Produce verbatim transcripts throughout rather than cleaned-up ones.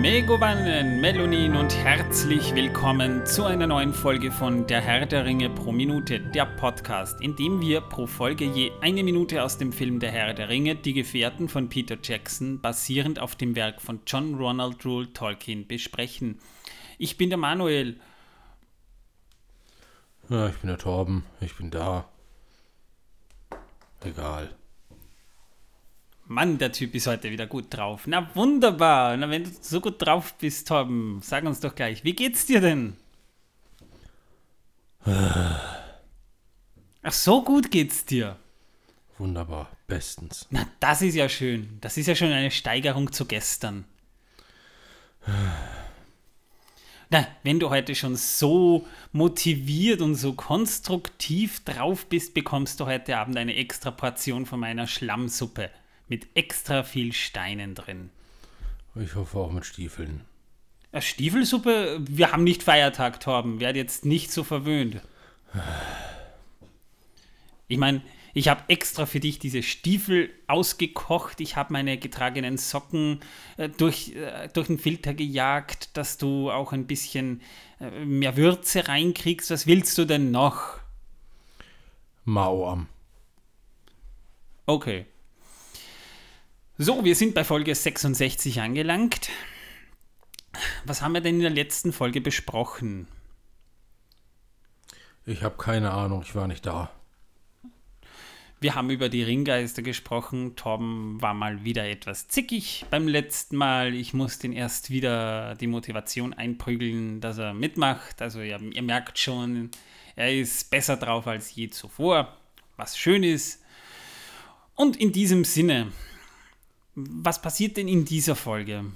Megowannen, Melonin und herzlich willkommen zu einer neuen Folge von Der Herr der Ringe pro Minute, der Podcast, in dem wir pro Folge je eine Minute aus dem Film Der Herr der Ringe, Die Gefährten von Peter Jackson, basierend auf dem Werk von John Ronald Reuel Tolkien, besprechen. Ich bin der Manuel. Ja, ich bin der Torben, ich bin da. Egal. Mann, der Typ ist heute wieder gut drauf. Na wunderbar. Na, wenn du so gut drauf bist, Torben, sag uns doch gleich, wie geht's dir denn? Ach, so gut geht's dir. Wunderbar, bestens. Na, das ist ja schön. Das ist ja schon eine Steigerung zu gestern. Na, wenn du heute schon so motiviert und so konstruktiv drauf bist, bekommst du heute Abend eine extra Portion von meiner Schlammsuppe. Mit extra viel Steinen drin. Ich hoffe auch mit Stiefeln. Ja, Stiefelsuppe? Wir haben nicht Feiertag, Torben. Werd jetzt nicht so verwöhnt. Ich meine, ich habe extra für dich diese Stiefel ausgekocht. Ich habe meine getragenen Socken äh, durch, äh, durch den Filter gejagt, dass du auch ein bisschen äh, mehr Würze reinkriegst. Was willst du denn noch? Mauam. Okay. So, wir sind bei Folge sechsundsechzig angelangt. Was haben wir denn in der letzten Folge besprochen? Ich habe keine Ahnung, ich war nicht da. Wir haben über die Ringgeister gesprochen. Torben war mal wieder etwas zickig beim letzten Mal. Ich musste ihn erst wieder die Motivation einprügeln, dass er mitmacht. Also ihr, ihr merkt schon, er ist besser drauf als je zuvor, was schön ist. Und in diesem Sinne, was passiert denn in dieser Folge?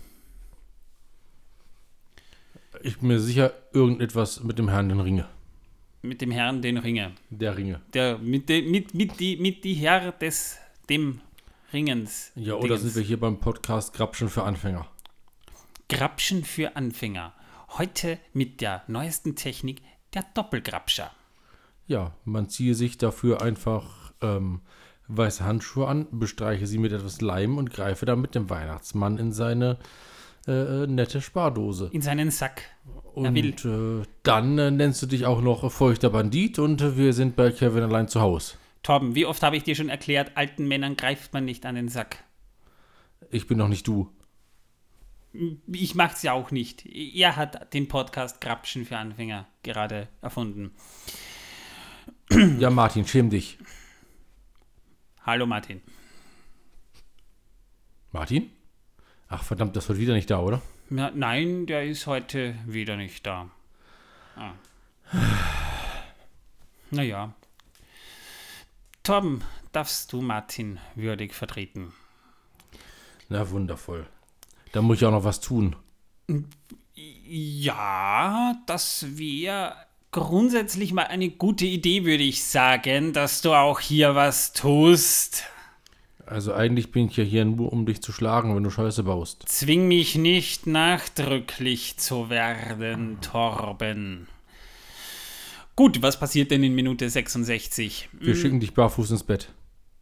Ich bin mir sicher, irgendetwas mit dem Herrn den Ringe. Mit dem Herrn den Ringe. Der Ringe. Der, mit, de, mit, mit, die, mit die Herr des, dem Ringens. Ja, oder Dingens. sind wir hier beim Podcast Grapschen für Anfänger? Grapschen für Anfänger. Heute mit der neuesten Technik, der Doppelgrapscher. Ja, man ziehe sich dafür einfach ähm, weiße Handschuhe an, bestreiche sie mit etwas Leim und greife dann mit dem Weihnachtsmann in seine äh, nette Spardose. In seinen Sack. Und äh, dann äh, nennst du dich auch noch feuchter Bandit und äh, wir sind bei Kevin allein zu Hause. Torben, wie oft habe ich dir schon erklärt, alten Männern greift man nicht an den Sack. Ich bin noch nicht du. Ich mach's ja auch nicht. Er hat den Podcast Grapschen für Anfänger gerade erfunden. Ja, Martin, schäm dich. Hallo Martin. Martin? Ach verdammt, das wird wieder nicht da, oder? Ja, nein, der ist heute wieder nicht da. Ah. Naja. Torben, darfst du Martin würdig vertreten? Na, wundervoll. Da muss ich auch noch was tun. Ja, das wäre grundsätzlich mal eine gute Idee, würde ich sagen, dass du auch hier was tust. Also eigentlich bin ich ja hier nur, um dich zu schlagen, wenn du Scheiße baust. Zwing mich nicht nachdrücklich zu werden, Torben. Gut, was passiert denn in Minute sechsundsechzig? Wir hm. schicken dich barfuß ins Bett.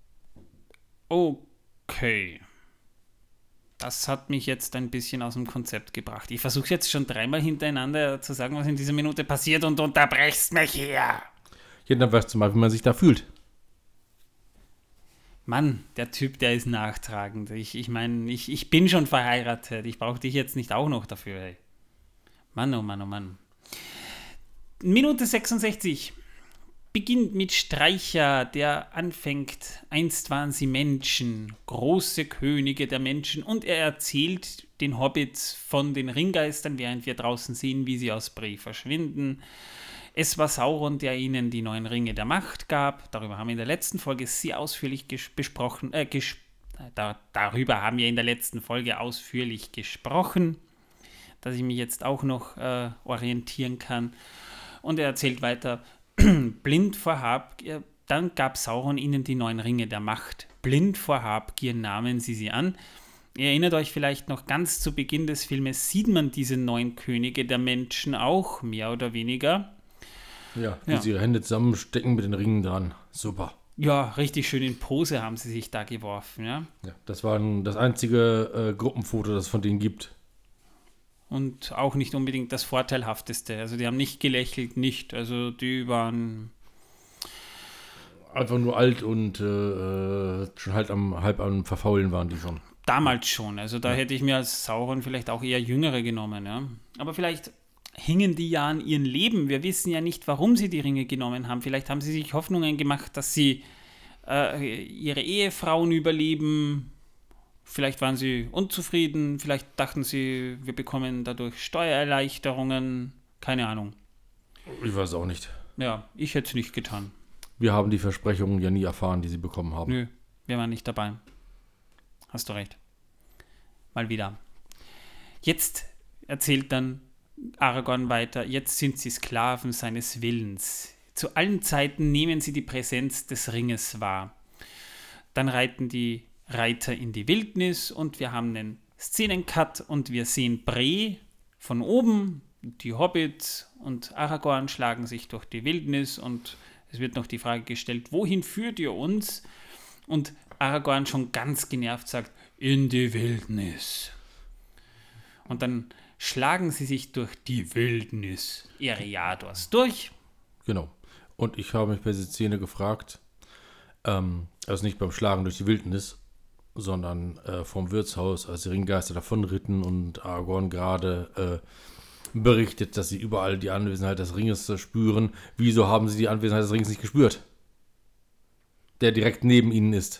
Okay. Das hat mich jetzt ein bisschen aus dem Konzept gebracht. Ich versuche jetzt schon dreimal hintereinander zu sagen, was in dieser Minute passiert und unterbrechst mich hier. Ja, dann weißt du mal, wie man sich da fühlt. Mann, der Typ, der ist nachtragend. Ich, ich meine, ich, ich bin schon verheiratet. Ich brauche dich jetzt nicht auch noch dafür. Ey. Mann, oh Mann, oh Mann. Minute sechsundsechzig beginnt mit Streicher, der anfängt, einst waren sie Menschen, große Könige der Menschen, und er erzählt den Hobbits von den Ringgeistern, während wir draußen sehen, wie sie aus Bree verschwinden. Es war Sauron, der ihnen die neuen Ringe der Macht gab. Darüber haben wir in der letzten Folge sehr ausführlich ges- besprochen. Äh, ges- da, darüber haben wir in der letzten Folge ausführlich gesprochen, dass ich mich jetzt auch noch äh, orientieren kann. Und er erzählt weiter, blind vor Habgier, dann gab Sauron ihnen die neuen Ringe der Macht. Blind vor Habgier nahmen sie sie an. Ihr erinnert euch vielleicht noch, ganz zu Beginn des Filmes sieht man diese neun Könige der Menschen auch, mehr oder weniger. Ja, wie ja. sie ihre Hände zusammenstecken mit den Ringen dran. Super. Ja, richtig schön in Pose haben sie sich da geworfen, ja. Ja, das war ein, das einzige äh, Gruppenfoto, das es von denen gibt. und auch nicht unbedingt das Vorteilhafteste. Also die haben nicht gelächelt, nicht. Also die waren... Einfach nur alt und äh, schon halt am, halb am Verfaulen waren die schon. Damals schon. Also da ja. hätte ich mir als Sauron vielleicht auch eher Jüngere genommen. Ja. Aber vielleicht hingen die ja an ihrem Leben. Wir wissen ja nicht, warum sie die Ringe genommen haben. Vielleicht haben sie sich Hoffnungen gemacht, dass sie äh, ihre Ehefrauen überleben. Vielleicht waren sie unzufrieden. Vielleicht dachten sie, wir bekommen dadurch Steuererleichterungen. Keine Ahnung. Ich weiß auch nicht. Ja, ich hätte es nicht getan. Wir haben die Versprechungen ja nie erfahren, die sie bekommen haben. Nö, wir waren nicht dabei. Hast du recht. Mal wieder. Jetzt erzählt dann Aragorn weiter, jetzt sind sie Sklaven seines Willens. Zu allen Zeiten nehmen sie die Präsenz des Ringes wahr. Dann reiten die Reiter in die Wildnis und wir haben einen Szenencut und wir sehen Bre von oben. Die Hobbits und Aragorn schlagen sich durch die Wildnis und es wird noch die Frage gestellt, wohin führt ihr uns? Und Aragorn schon ganz genervt sagt, in die Wildnis. Und dann schlagen sie sich durch die Wildnis Eriadors durch. Genau. Und ich habe mich bei dieser Szene gefragt, ähm, also nicht beim Schlagen durch die Wildnis, sondern äh, vom Wirtshaus, als die Ringgeister davonritten und Aragorn gerade äh, berichtet, dass sie überall die Anwesenheit des Ringes äh, spüren. Wieso haben sie die Anwesenheit des Ringes nicht gespürt? Der direkt neben ihnen ist.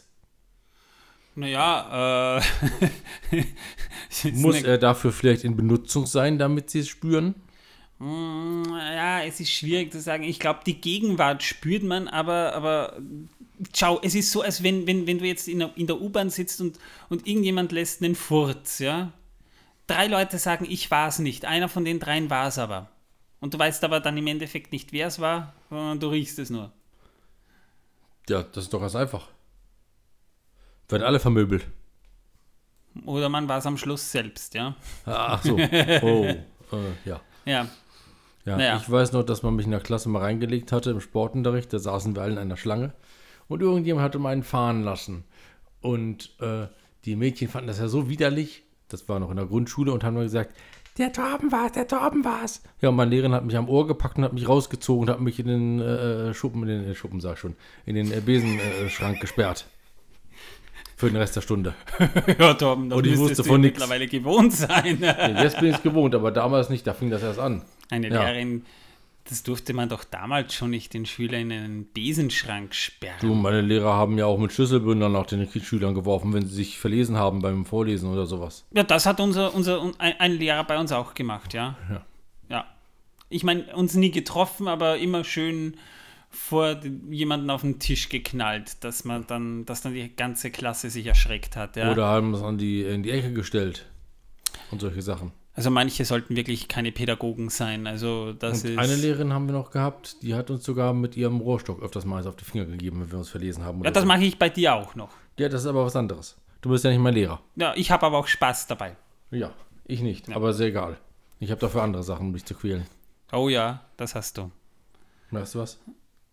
Naja, äh... Muss er dafür vielleicht in Benutzung sein, damit sie es spüren? Ja, es ist schwierig zu sagen. Ich glaube, die Gegenwart spürt man, aber, aber schau, es ist so, als wenn, wenn, wenn du jetzt in der, in der U-Bahn sitzt und, und irgendjemand lässt einen Furz, ja? Drei Leute sagen, ich war es nicht. Einer von den dreien war es aber. Und du weißt aber dann im Endeffekt nicht, wer es war, sondern du riechst es nur. Ja, das ist doch ganz einfach. Werden alle vermöbelt. Oder man war es am Schluss selbst, ja. Ach so. Oh, äh, ja. Ja. Ja, naja. Ich weiß noch, dass man mich in der Klasse mal reingelegt hatte im Sportunterricht. Da saßen wir alle in einer Schlange. Und irgendjemand hatte meinen fahren lassen. Und äh, die Mädchen fanden das ja so widerlich. Das war noch in der Grundschule und haben nur gesagt, der Torben war's, der Torben war's. Ja, und meine Lehrerin hat mich am Ohr gepackt und hat mich rausgezogen und hat mich in den äh, Schuppen, in den äh, Schuppen, sag ich schon, in den äh, Besenschrank gesperrt. Für den Rest der Stunde. Ja, Torben, das und ich wusste von nichts. Mittlerweile gewohnt sein. Ja, jetzt bin ich es gewohnt, aber damals nicht, da fing das erst an. Eine ja. Lehrerin, das durfte man doch damals schon nicht den Schüler in einen Besenschrank sperren. Du, meine Lehrer haben ja auch mit Schlüsselbündern nach den Schülern geworfen, wenn sie sich verlesen haben beim Vorlesen oder sowas. Ja, das hat unser, unser ein, ein Lehrer bei uns auch gemacht, ja. Ja. Ja. Ich meine, uns nie getroffen, aber immer schön vor jemanden auf den Tisch geknallt, dass man dann, dass dann die ganze Klasse sich erschreckt hat. Ja. Oder haben es an die, in die Ecke gestellt und solche Sachen. Also manche sollten wirklich keine Pädagogen sein. Also das und ist eine Lehrerin haben wir noch gehabt, die hat uns sogar mit ihrem Rohrstock öfters mal auf die Finger gegeben, wenn wir uns verlesen haben. Ja, das so. mache ich bei dir auch noch. Ja, das ist aber was anderes. Du bist ja nicht mein Lehrer. Ja, ich habe aber auch Spaß dabei. Ja, ich nicht, ja. aber sehr egal. Ich habe dafür andere Sachen, um mich zu quälen. Oh ja, das hast du. Weißt du was?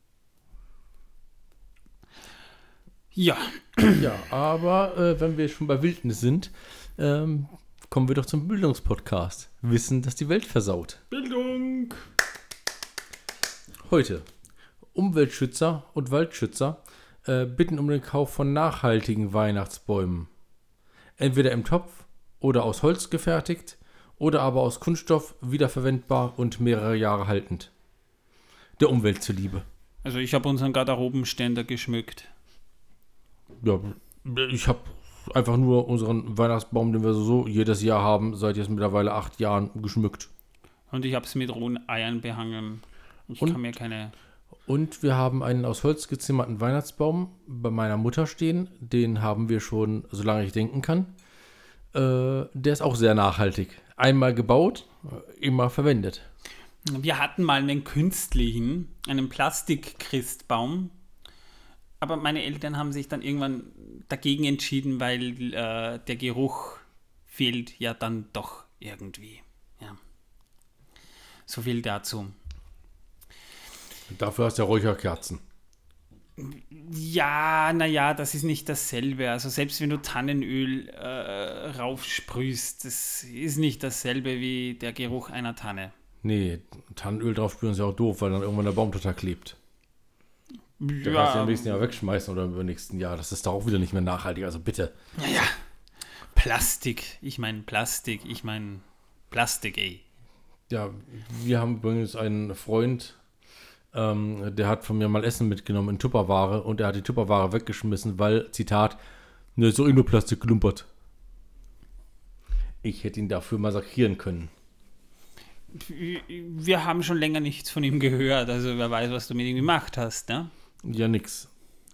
Ja. Ja, aber äh, wenn wir schon bei Wildnis sind, ähm, kommen wir doch zum Bildungspodcast. Wissen, dass die Welt versaut. Bildung! Heute. Umweltschützer und Waldschützer äh, bitten um den Kauf von nachhaltigen Weihnachtsbäumen. Entweder im Topf oder aus Holz gefertigt oder aber aus Kunststoff, wiederverwendbar und mehrere Jahre haltend. Der Umwelt zuliebe. Also ich habe unseren Garderobenständer geschmückt. Ja, ich habe einfach nur unseren Weihnachtsbaum, den wir so jedes Jahr haben, seit jetzt mittlerweile acht Jahren geschmückt. Und ich habe es mit rohen Eiern behangen. Ich und, kann mir keine... Und wir haben einen aus Holz gezimmerten Weihnachtsbaum bei meiner Mutter stehen. Den haben wir schon, solange ich denken kann. Äh, der ist auch sehr nachhaltig. Einmal gebaut, immer verwendet. Wir hatten mal einen künstlichen, einen Plastik-Christbaum. Aber meine Eltern haben sich dann irgendwann dagegen entschieden, weil äh, der Geruch fehlt ja dann doch irgendwie. Ja. So viel dazu. Dafür hast du ja Räucherkerzen. Ja, naja, das ist nicht dasselbe. Also selbst wenn du Tannenöl äh, raufsprühst, das ist nicht dasselbe wie der Geruch einer Tanne. Nee, Tannenöl drauf spüren ist ja auch doof, weil dann irgendwann der Baum total klebt. Der kannst du ja im nächsten Jahr wegschmeißen oder im nächsten Jahr. Das ist doch auch wieder nicht mehr nachhaltig, also bitte. Naja, Plastik. Ich meine Plastik. Ich meine Plastik, ey. Ja, wir haben übrigens einen Freund, ähm, der hat von mir mal Essen mitgenommen in Tupperware und er hat die Tupperware weggeschmissen, weil, Zitat, ne, so nur Plastik klumpert. Ich hätte ihn dafür massakrieren können. Wir haben schon länger nichts von ihm gehört, also wer weiß, was du mit ihm gemacht hast, ne? Ja, nix.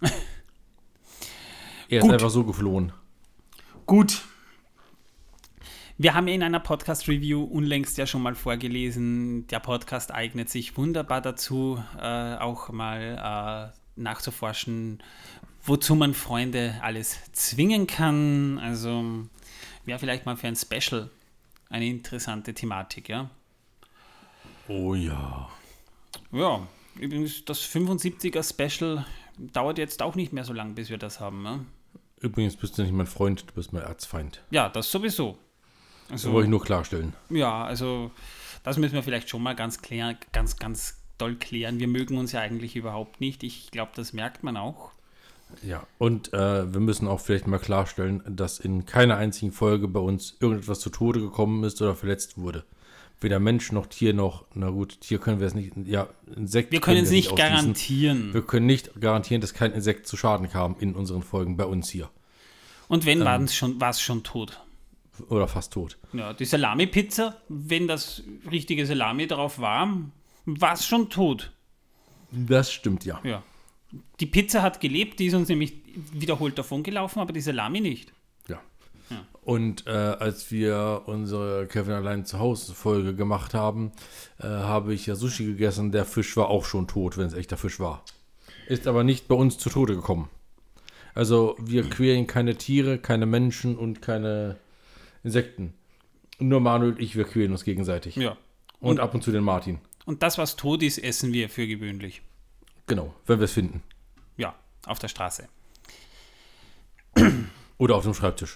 Er Gut. ist einfach so geflohen. Gut. Wir haben in einer Podcast-Review unlängst ja schon mal vorgelesen, der Podcast eignet sich wunderbar dazu, äh, auch mal äh, nachzuforschen, wozu man Freunde alles zwingen kann. Also wäre vielleicht mal für ein Special eine interessante Thematik, ja? Oh ja. Ja, übrigens das fünfundsiebziger Special dauert jetzt auch nicht mehr so lang, bis wir das haben, ne? Übrigens bist du nicht mein Freund, du bist mein Erzfeind. Ja, das sowieso. Also, Das wollte ich nur klarstellen. Ja, also das müssen wir vielleicht schon mal ganz klären, ganz, ganz doll klären. Wir mögen uns ja eigentlich überhaupt nicht. Ich glaube, das merkt man auch. Ja, und äh, wir müssen auch vielleicht mal klarstellen, dass in keiner einzigen Folge bei uns irgendetwas zu Tode gekommen ist oder verletzt wurde. Weder Mensch noch Tier noch, na gut, Tier können wir es nicht, ja, Insekt. Wir können es nicht ausschließen. garantieren. Wir können nicht garantieren, dass kein Insekt zu Schaden kam in unseren Folgen bei uns hier. Und wenn, Ähm, war es schon, war's schon tot. Oder fast tot. Ja, die Salami-Pizza, wenn das richtige Salami drauf war, war es schon tot. Das stimmt, ja. Ja. Die Pizza hat gelebt, die ist uns nämlich wiederholt davon gelaufen, aber die Salami nicht. Ja. Ja. Und äh, als wir unsere Kevin allein zu Hause Folge gemacht haben, äh, habe ich ja Sushi gegessen. Der Fisch war auch schon tot, wenn es echter Fisch war. Ist aber nicht bei uns zu Tode gekommen. Also wir quälen keine Tiere, keine Menschen und keine Insekten. Nur Manuel und ich, wir quälen uns gegenseitig. Ja. Und, und ab und zu den Martin. Und das, was tot ist, essen wir für gewöhnlich. Genau, wenn wir es finden. Ja, auf der Straße. Oder auf dem Schreibtisch.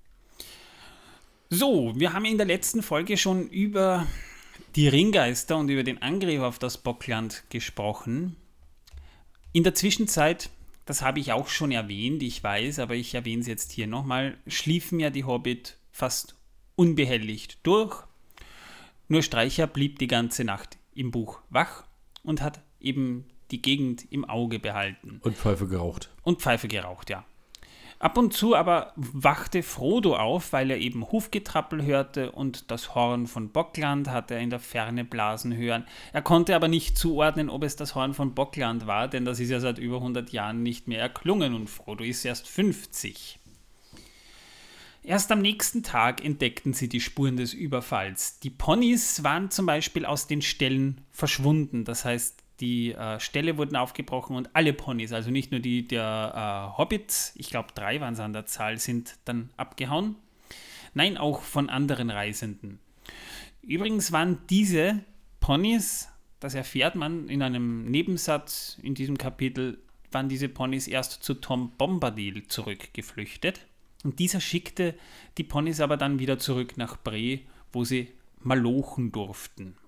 So, wir haben in der letzten Folge schon über die Ringgeister und über den Angriff auf das Bockland gesprochen. In der Zwischenzeit, das habe ich auch schon erwähnt, ich weiß, aber ich erwähne es jetzt hier nochmal, schliefen ja die Hobbit fast unbehelligt durch. Nur Streicher blieb die ganze Nacht im Buch wach und hat eben die Gegend im Auge behalten. Und Pfeife geraucht. Und Pfeife geraucht, ja. Ab und zu aber wachte Frodo auf, weil er eben Hufgetrappel hörte und das Horn von Bockland hatte er in der Ferne blasen hören. Er konnte aber nicht zuordnen, ob es das Horn von Bockland war, denn das ist ja seit über hundert Jahren nicht mehr erklungen und Frodo ist erst fünfzig. Erst am nächsten Tag entdeckten sie die Spuren des Überfalls. Die Ponys waren zum Beispiel aus den Ställen verschwunden, das heißt, die äh, Ställe wurden aufgebrochen und alle Ponys, also nicht nur die der äh, Hobbits, ich glaube drei waren es an der Zahl, sind dann abgehauen. Nein, auch von anderen Reisenden. Übrigens waren diese Ponys, das erfährt man in einem Nebensatz in diesem Kapitel, waren diese Ponys erst zu Tom Bombadil zurückgeflüchtet. Und dieser schickte die Ponys aber dann wieder zurück nach Bree, wo sie malochen durften.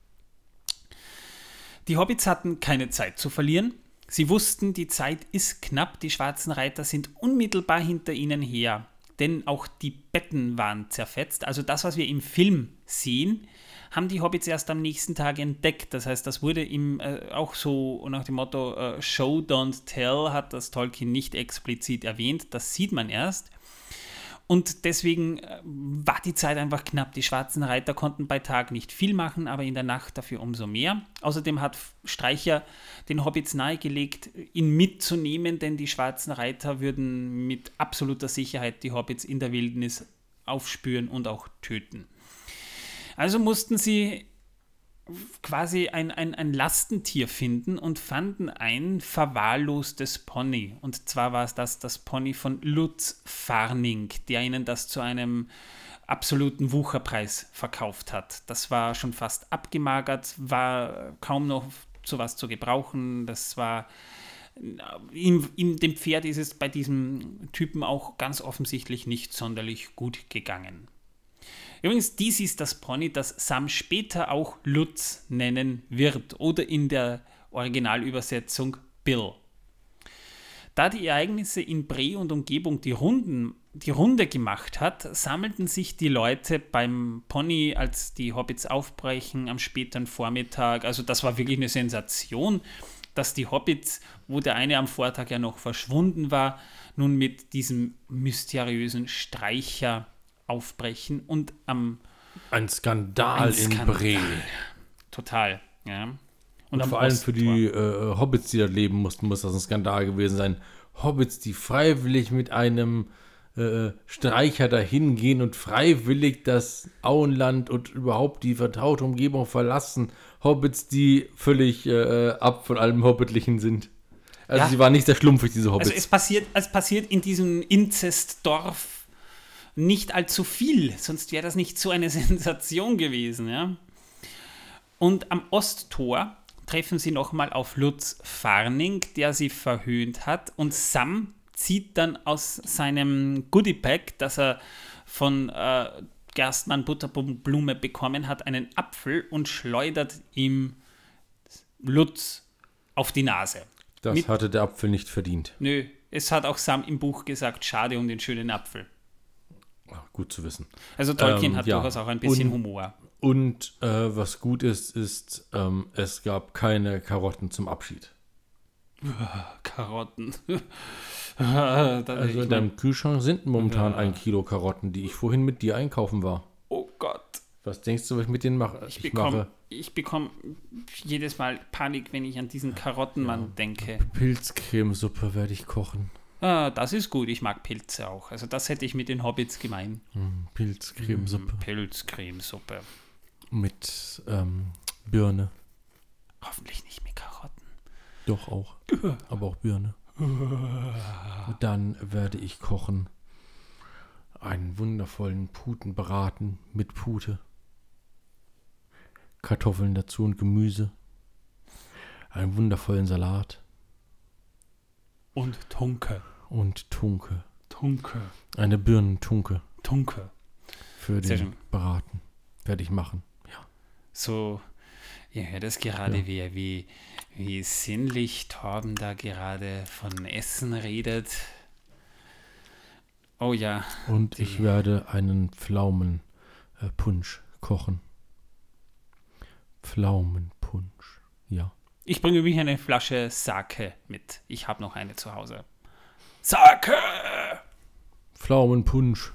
Die Hobbits hatten keine Zeit zu verlieren. Sie wussten, die Zeit ist knapp, die schwarzen Reiter sind unmittelbar hinter ihnen her. Denn auch die Betten waren zerfetzt. Also das, was wir im Film sehen, haben die Hobbits erst am nächsten Tag entdeckt. Das heißt, das wurde ihm äh, auch so nach dem Motto äh, Show, don't tell, hat das Tolkien nicht explizit erwähnt. Das sieht man erst. Und deswegen war die Zeit einfach knapp. Die schwarzen Reiter konnten bei Tag nicht viel machen, aber in der Nacht dafür umso mehr. Außerdem hat Streicher den Hobbits nahegelegt, ihn mitzunehmen, denn die schwarzen Reiter würden mit absoluter Sicherheit die Hobbits in der Wildnis aufspüren und auch töten. Also mussten sie quasi ein, ein, ein Lastentier finden und fanden ein verwahrlostes Pony. Und zwar war es das, das Pony von Lutz Farning, der ihnen das zu einem absoluten Wucherpreis verkauft hat. Das war schon fast abgemagert, war kaum noch zu was zu gebrauchen. Das war ihm, ihm, dem Pferd ist es bei diesem Typen auch ganz offensichtlich nicht sonderlich gut gegangen. Übrigens, dies ist das Pony, das Sam später auch Lutz nennen wird oder in der Originalübersetzung Bill. Da die Ereignisse in Bre und Umgebung die, Runden, die Runde gemacht hat, sammelten sich die Leute beim Pony, als die Hobbits aufbrechen, am späten Vormittag. Also das war wirklich eine Sensation, dass die Hobbits, wo der eine am Vortag ja noch verschwunden war, nun mit diesem mysteriösen Streicher aufbrechen und am... Ein Skandal, ein Skandal. in Bre. Total, ja. Und, und vor allem für die äh, Hobbits, die da leben mussten, muss das ein Skandal gewesen sein. Hobbits, die freiwillig mit einem äh, Streicher dahin gehen und freiwillig das Auenland und überhaupt die vertraute Umgebung verlassen. Hobbits, die völlig äh, ab von allem Hobbitlichen sind. Also ja. Sie waren nicht sehr schlumpfig, diese Hobbits. Also es passiert, es passiert in diesem Inzestdorf nicht allzu viel, sonst wäre das nicht so eine Sensation gewesen. Ja? Und am Osttor treffen sie nochmal auf Lutz Farning, der sie verhöhnt hat. Und Sam zieht dann aus seinem Goodie-Bag, das er von äh, Gerstmann Butterblume bekommen hat, einen Apfel und schleudert ihm Lutz auf die Nase. Das Mit, hatte der Apfel nicht verdient. Nö, es hat auch Sam im Buch gesagt, schade um den schönen Apfel. Ach, gut zu wissen. Also Tolkien ähm, hat ja. durchaus auch ein bisschen und, Humor. Und äh, was gut ist, ist, ähm, es gab keine Karotten zum Abschied. Karotten. Also in deinem Kühlschrank sind momentan ja. ein Kilo Karotten, die ich vorhin mit dir einkaufen war. Oh Gott. Was denkst du, was ich mit denen mache? Ich, ich bekomme bekomm jedes Mal Panik, wenn ich an diesen Karottenmann ja. denke. Pilzcremesuppe werde ich kochen. Ah, das ist gut, ich mag Pilze auch. Also das hätte ich mit den Hobbits gemeint. Mm, Pilzcremesuppe. Mm, Pilzcremesuppe. Mit ähm, Birne. Hoffentlich nicht mit Karotten. Doch auch. Aber auch Birne. Dann werde ich kochen. Einen wundervollen Putenbraten mit Pute. Kartoffeln dazu und Gemüse. Einen wundervollen Salat. Und Tunke. Und Tunke. Tunke. Eine Birnentunke. Tunke. Für den Braten. Werde ich machen. Ja. So, ihr hört das gerade, ja. wie, wie, wie sinnlich Torben da gerade von Essen redet. Oh ja. Und ich werde einen Pflaumenpunsch äh, kochen. Pflaumenpunsch, ja. Ich bringe übrigens eine Flasche Sake mit. Ich habe noch eine zu Hause. Sake! Pflaumenpunsch.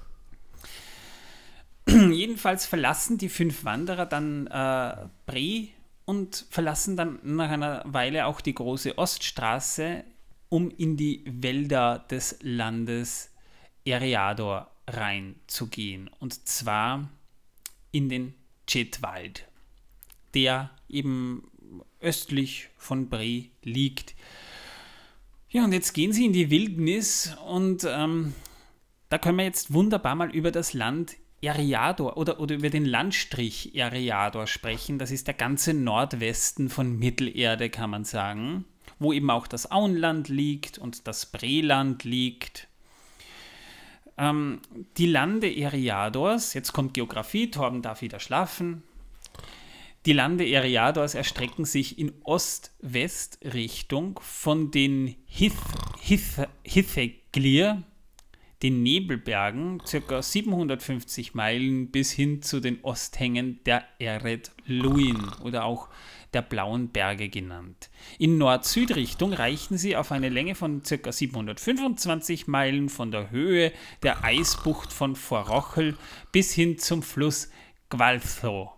Jedenfalls verlassen die fünf Wanderer dann äh, Bre und verlassen dann nach einer Weile auch die große Oststraße, um in die Wälder des Landes Eriador reinzugehen. Und zwar in den Cetwald, der eben östlich von Bre liegt. Ja, und jetzt gehen sie in die Wildnis und ähm, da können wir jetzt wunderbar mal über das Land Eriador oder, oder über den Landstrich Eriador sprechen. Das ist der ganze Nordwesten von Mittelerde, kann man sagen, wo eben auch das Auenland liegt und das Breland liegt. Ähm, die Lande Eriadors, jetzt kommt Geografie, Torben darf wieder schlafen. Die Lande Eriadors erstrecken sich in Ost-West-Richtung von den Hith, Hith, Hitheglir, den Nebelbergen, ca. siebenhundertfünfzig Meilen, bis hin zu den Osthängen der Ered Luin oder auch der Blauen Berge genannt. In Nord-Süd-Richtung reichen sie auf eine Länge von ca. siebenhundertfünfundzwanzig Meilen von der Höhe der Eisbucht von Vorrochel bis hin zum Fluss Gvaltho.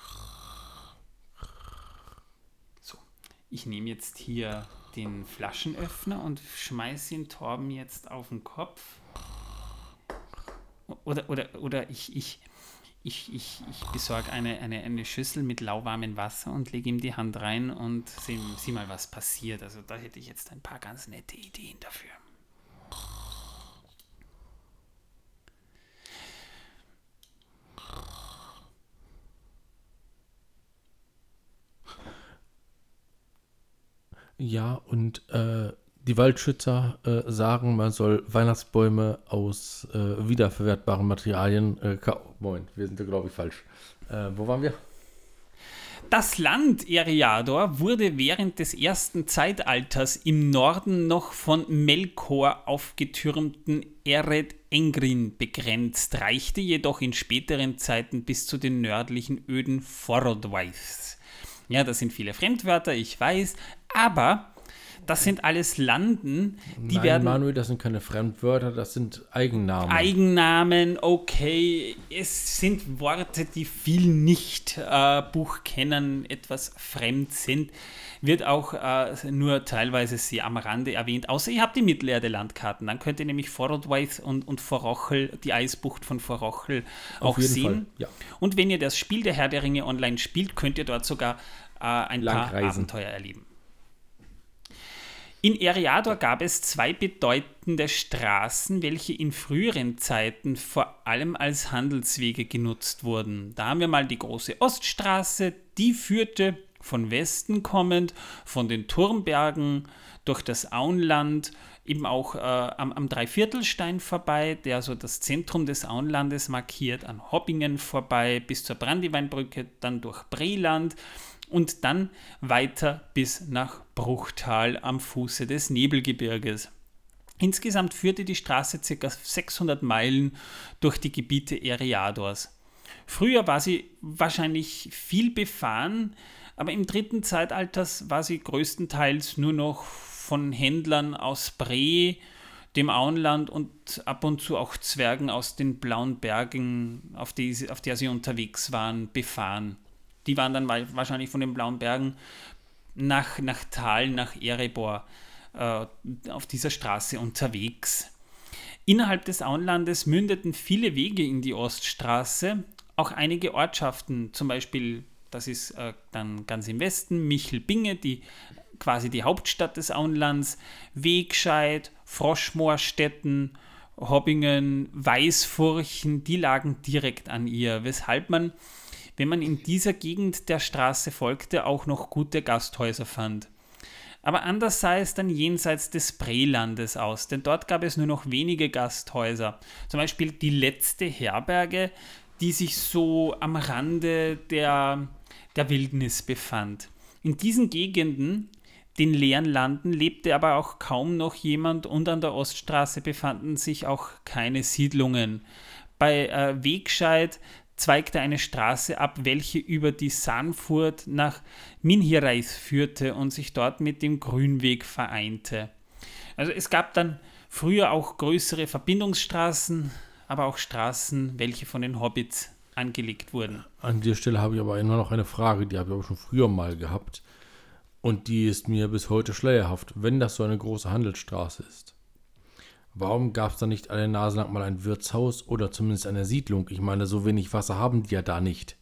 So, ich nehme jetzt hier den Flaschenöffner und schmeiße ihn Torben jetzt auf den Kopf. Oder, oder, oder ich, ich, ich, ich, ich besorge eine, eine, eine Schüssel mit lauwarmem Wasser und lege ihm die Hand rein und sieh, sieh mal, was passiert. Also da hätte ich jetzt ein paar ganz nette Ideen dafür. Ja, und äh, Die Waldschützer äh, sagen, man soll Weihnachtsbäume aus äh, wiederverwertbaren Materialien äh, kaufen. Moment, wir sind da, glaube ich, falsch. Äh, wo waren wir? Das Land Eriador wurde während des ersten Zeitalters im Norden noch von Melkor aufgetürmten Ered Engrin begrenzt, reichte jedoch in späteren Zeiten bis zu den nördlichen Öden Forodwaiths. Ja, das sind viele Fremdwörter, ich weiß, aber das sind alles Landen, die Nein, werden... Manuel, das sind keine Fremdwörter, das sind Eigennamen. Eigennamen, okay, es sind Worte, die vielen Nicht-Buchkennern äh, etwas fremd sind, wird auch äh, nur teilweise sehr am Rande erwähnt, außer ihr habt die Mittelerde-Landkarten, dann könnt ihr nämlich Forodwaith und, und Forochel, die Eisbucht von Forochel auch Auf jeden sehen. Fall, ja. Und wenn ihr das Spiel der Herr der Ringe online spielt, könnt ihr dort sogar äh, ein Lang paar reisen. Abenteuer erleben. In Eriador gab es zwei bedeutende Straßen, welche in früheren Zeiten vor allem als Handelswege genutzt wurden. Da haben wir mal die große Oststraße, die führte von Westen kommend, von den Turmbergen durch das Auenland, eben auch äh, am, am Dreiviertelstein vorbei, der so das Zentrum des Auenlandes markiert, an Hobbingen vorbei, bis zur Brandyweinbrücke, dann durch Breland, und dann weiter bis nach Bruchtal am Fuße des Nebelgebirges. Insgesamt führte die Straße ca. sechshundert Meilen durch die Gebiete Eriadors. Früher war sie wahrscheinlich viel befahren, aber im dritten Zeitalter war sie größtenteils nur noch von Händlern aus Bre, dem Auenland und ab und zu auch Zwergen aus den Blauen Bergen, auf, die, auf der sie unterwegs waren, befahren. Die waren dann wahrscheinlich von den Blauen Bergen nach, nach Tal, nach Erebor äh, auf dieser Straße unterwegs. Innerhalb des Auenlandes mündeten viele Wege in die Oststraße, auch einige Ortschaften, zum Beispiel, das ist äh, dann ganz im Westen, Michelbinge, die quasi die Hauptstadt des Auenlands, Wegscheid, Froschmoorstetten, Hobbingen, Weißfurchen, die lagen direkt an ihr, weshalb man, wenn man in dieser Gegend der Straße folgte, auch noch gute Gasthäuser fand. Aber anders sah es dann jenseits des Brelandes aus, denn dort gab es nur noch wenige Gasthäuser. Zum Beispiel die letzte Herberge, die sich so am Rande der, der Wildnis befand. In diesen Gegenden, den leeren Landen, lebte aber auch kaum noch jemand und an der Oststraße befanden sich auch keine Siedlungen. Bei äh, Wegscheid zweigte eine Straße ab, welche über die Sanfurt nach Minhireith führte und sich dort mit dem Grünweg vereinte. Also es gab dann früher auch größere Verbindungsstraßen, aber auch Straßen, welche von den Hobbits angelegt wurden. An der Stelle habe ich aber immer noch eine Frage, die habe ich aber schon früher mal gehabt und die ist mir bis heute schleierhaft. Wenn das so eine große Handelsstraße ist, warum gab es da nicht eine Nase lang mal ein Wirtshaus oder zumindest eine Siedlung? Ich meine, so wenig Wasser haben die ja da nicht.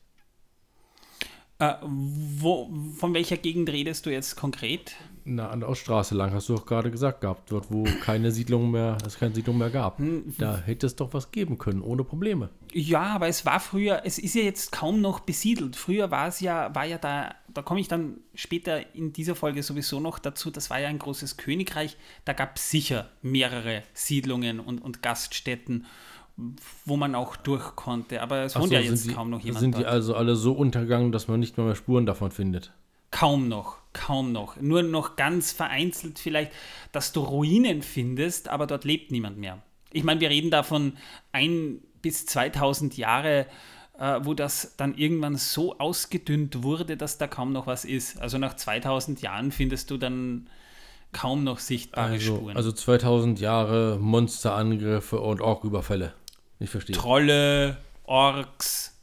Äh, wo, von welcher Gegend redest du jetzt konkret? Na, an der Oststraße lang, hast du doch gerade gesagt gehabt, dort wo keine Siedlung mehr, es keine Siedlung mehr gab. Hm, da hätte es doch was geben können, ohne Probleme. Ja, aber es war früher, es ist ja jetzt kaum noch besiedelt. Früher war es ja, war ja da, da komme ich dann später in dieser Folge sowieso noch dazu, das war ja ein großes Königreich, da gab es sicher mehrere Siedlungen und, und Gaststätten, wo man auch durch konnte. Aber es wohnt so, ja jetzt die, kaum noch jemand Sind dort. Die also alle so untergegangen, dass man nicht mehr, mehr Spuren davon findet? Kaum noch, kaum noch. Nur noch ganz vereinzelt vielleicht, dass du Ruinen findest, aber dort lebt niemand mehr. Ich meine, wir reden davon ein bis zweitausend Jahre, äh, wo das dann irgendwann so ausgedünnt wurde, dass da kaum noch was ist. Also nach zweitausend Jahren findest du dann kaum noch sichtbare also, Spuren. Also zweitausend Jahre Monsterangriffe und Orküberfälle. Ich verstehe. Trolle, Orks,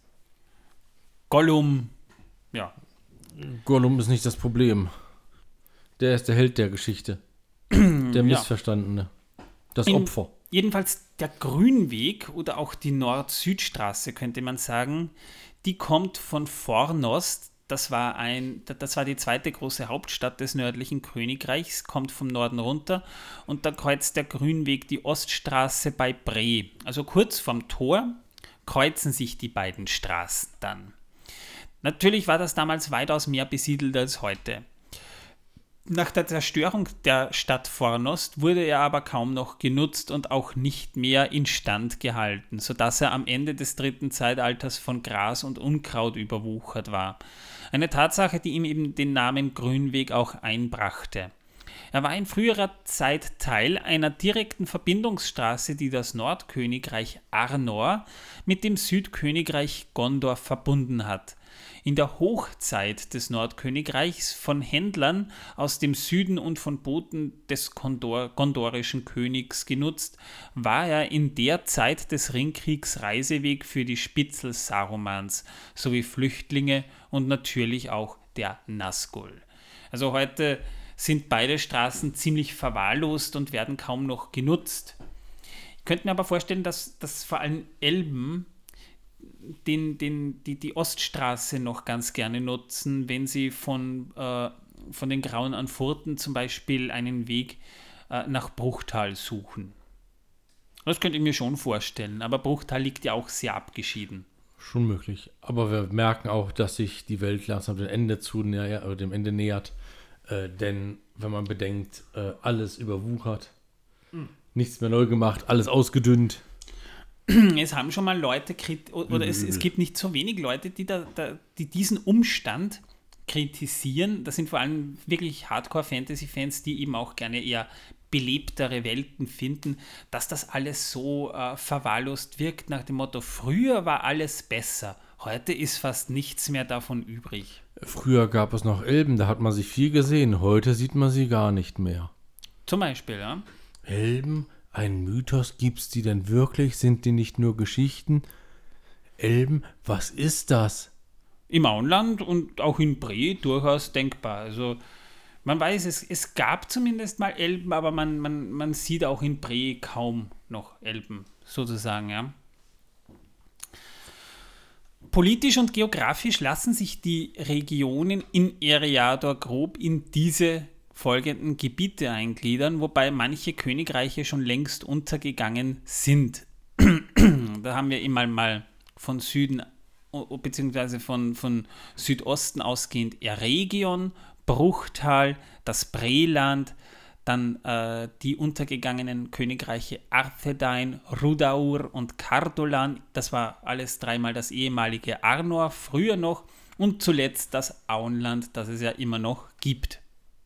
Gollum, ja. Gollum ist nicht das Problem. Der ist der Held der Geschichte. Der Missverstandene. Das In, Opfer. Jedenfalls der Grünweg oder auch die Nord-Süd-Straße, könnte man sagen, die kommt von Fornost. Das war, ein, das war die zweite große Hauptstadt des nördlichen Königreichs, kommt vom Norden runter und da kreuzt der Grünweg die Oststraße bei Bre. Also kurz vorm Tor kreuzen sich die beiden Straßen dann. Natürlich war das damals weitaus mehr besiedelt als heute. Nach der Zerstörung der Stadt Fornost wurde er aber kaum noch genutzt und auch nicht mehr instand gehalten, sodass er am Ende des dritten Zeitalters von Gras und Unkraut überwuchert war. Eine Tatsache, die ihm eben den Namen Grünweg auch einbrachte. Er war in früherer Zeit Teil einer direkten Verbindungsstraße, die das Nordkönigreich Arnor mit dem Südkönigreich Gondor verbunden hat. In der Hochzeit des Nordkönigreichs von Händlern aus dem Süden und von Boten des Gondor, gondorischen Königs genutzt, war er in der Zeit des Ringkriegs Reiseweg für die Spitzel Sarumans sowie Flüchtlinge und natürlich auch der Nazgul. Also heute sind beide Straßen ziemlich verwahrlost und werden kaum noch genutzt. Ich könnte mir aber vorstellen, dass, dass vor allem Elben den, den, die, die Oststraße noch ganz gerne nutzen, wenn sie von, äh, von den Grauen an Furten zum Beispiel einen Weg äh, nach Bruchtal suchen. Das könnte ich mir schon vorstellen, aber Bruchtal liegt ja auch sehr abgeschieden. Schon möglich. Aber wir merken auch, dass sich die Welt langsam dem Ende, zu, oder dem Ende nähert. Äh, denn wenn man bedenkt, äh, alles überwuchert, mhm. nichts mehr neu gemacht, alles ausgedünnt. Es haben schon mal Leute, krit- oder es, es gibt nicht so wenig Leute, die, da, da, die diesen Umstand kritisieren. Das sind vor allem wirklich Hardcore-Fantasy-Fans, die eben auch gerne eher belebtere Welten finden, dass das alles so äh, verwahrlost wirkt nach dem Motto, früher war alles besser, heute ist fast nichts mehr davon übrig. Früher gab es noch Elben, da hat man sie viel gesehen, heute sieht man sie gar nicht mehr. Zum Beispiel, ja. Elben? Ein Mythos? Gibt's die denn wirklich? Sind die nicht nur Geschichten? Elben? Was ist das? Im Auenland und auch in Bree durchaus denkbar. Also man weiß, es, es gab zumindest mal Elben, aber man, man, man sieht auch in Bree kaum noch Elben, sozusagen, ja. Politisch und geografisch lassen sich die Regionen in Eriador grob in diese folgenden Gebiete eingliedern, wobei manche Königreiche schon längst untergegangen sind. Da haben wir immer mal von Süden beziehungsweise von, von Südosten ausgehend Eregion, Bruchtal, das Breeland, dann äh, die untergegangenen Königreiche Arthedain, Rudaur und Cardolan. Das war alles dreimal das ehemalige Arnor, früher noch, und zuletzt das Auenland, das es ja immer noch gibt.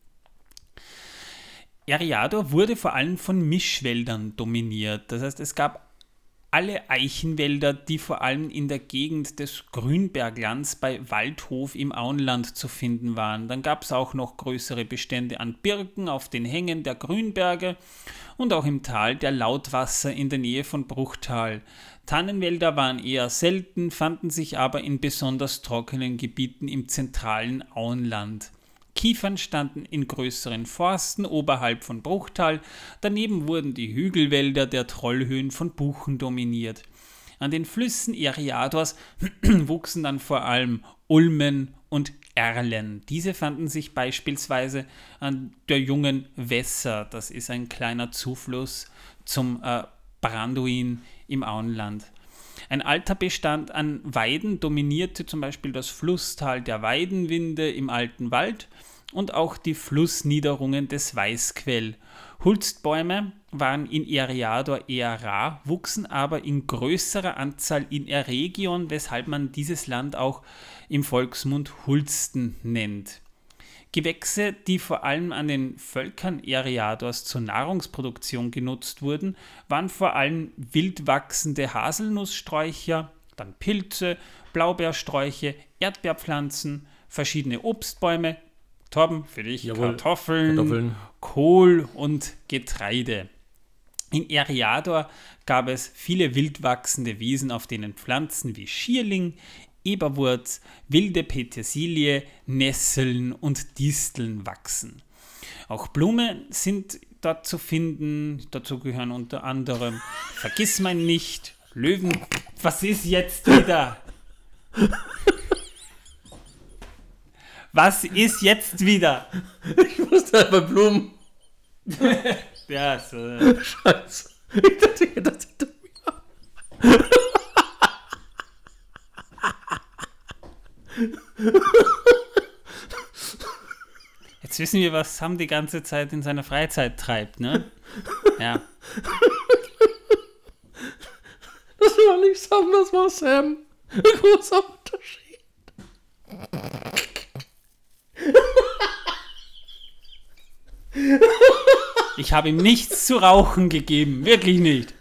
Eriador wurde vor allem von Mischwäldern dominiert. Das heißt, es gab alle Eichenwälder, die vor allem in der Gegend des Grünberglands bei Waldhof im Auenland zu finden waren. Dann gab es auch noch größere Bestände an Birken auf den Hängen der Grünberge und auch im Tal der Lautwasser in der Nähe von Bruchtal. Tannenwälder waren eher selten, fanden sich aber in besonders trockenen Gebieten im zentralen Auenland. Kiefern standen in größeren Forsten oberhalb von Bruchtal, daneben wurden die Hügelwälder der Trollhöhen von Buchen dominiert. An den Flüssen Eriadors wuchsen dann vor allem Ulmen und Erlen. Diese fanden sich beispielsweise an der Jungen Wässer, das ist ein kleiner Zufluss zum äh, Branduin im Auenland. Ein alter Bestand an Weiden dominierte zum Beispiel das Flusstal der Weidenwinde im Alten Wald und auch die Flussniederungen des Weißquell. Hulstbäume waren in Eriador eher rar, wuchsen aber in größerer Anzahl in Eregion, weshalb man dieses Land auch im Volksmund Hulsten nennt. Gewächse, die vor allem an den Völkern Eriadors zur Nahrungsproduktion genutzt wurden, waren vor allem wild wachsende Haselnusssträucher, dann Pilze, Blaubeersträuche, Erdbeerpflanzen, verschiedene Obstbäume, Torben, für dich, Jawohl. Kartoffeln, Kartoffeln, Kohl und Getreide. In Eriador gab es viele wild wachsende Wiesen, auf denen Pflanzen wie Schierling, Eberwurz, wilde Petersilie, Nesseln und Disteln wachsen. Auch Blumen sind dort zu finden. Dazu gehören unter anderem Vergissmeinnicht, Löwen. Was ist jetzt wieder? Was ist jetzt wieder? Ich musste halt bei Blumen. Ja, so. Scheiße. Ich dachte, das sieht doch mir. Jetzt Jetzt wissen wir, was Sam die ganze Zeit in seiner Freizeit treibt, ne? Ja. Das war nicht Sam, das war Sam. Ein großer Unterschied. Ich habe ihm nichts zu rauchen gegeben. Wirklich nicht.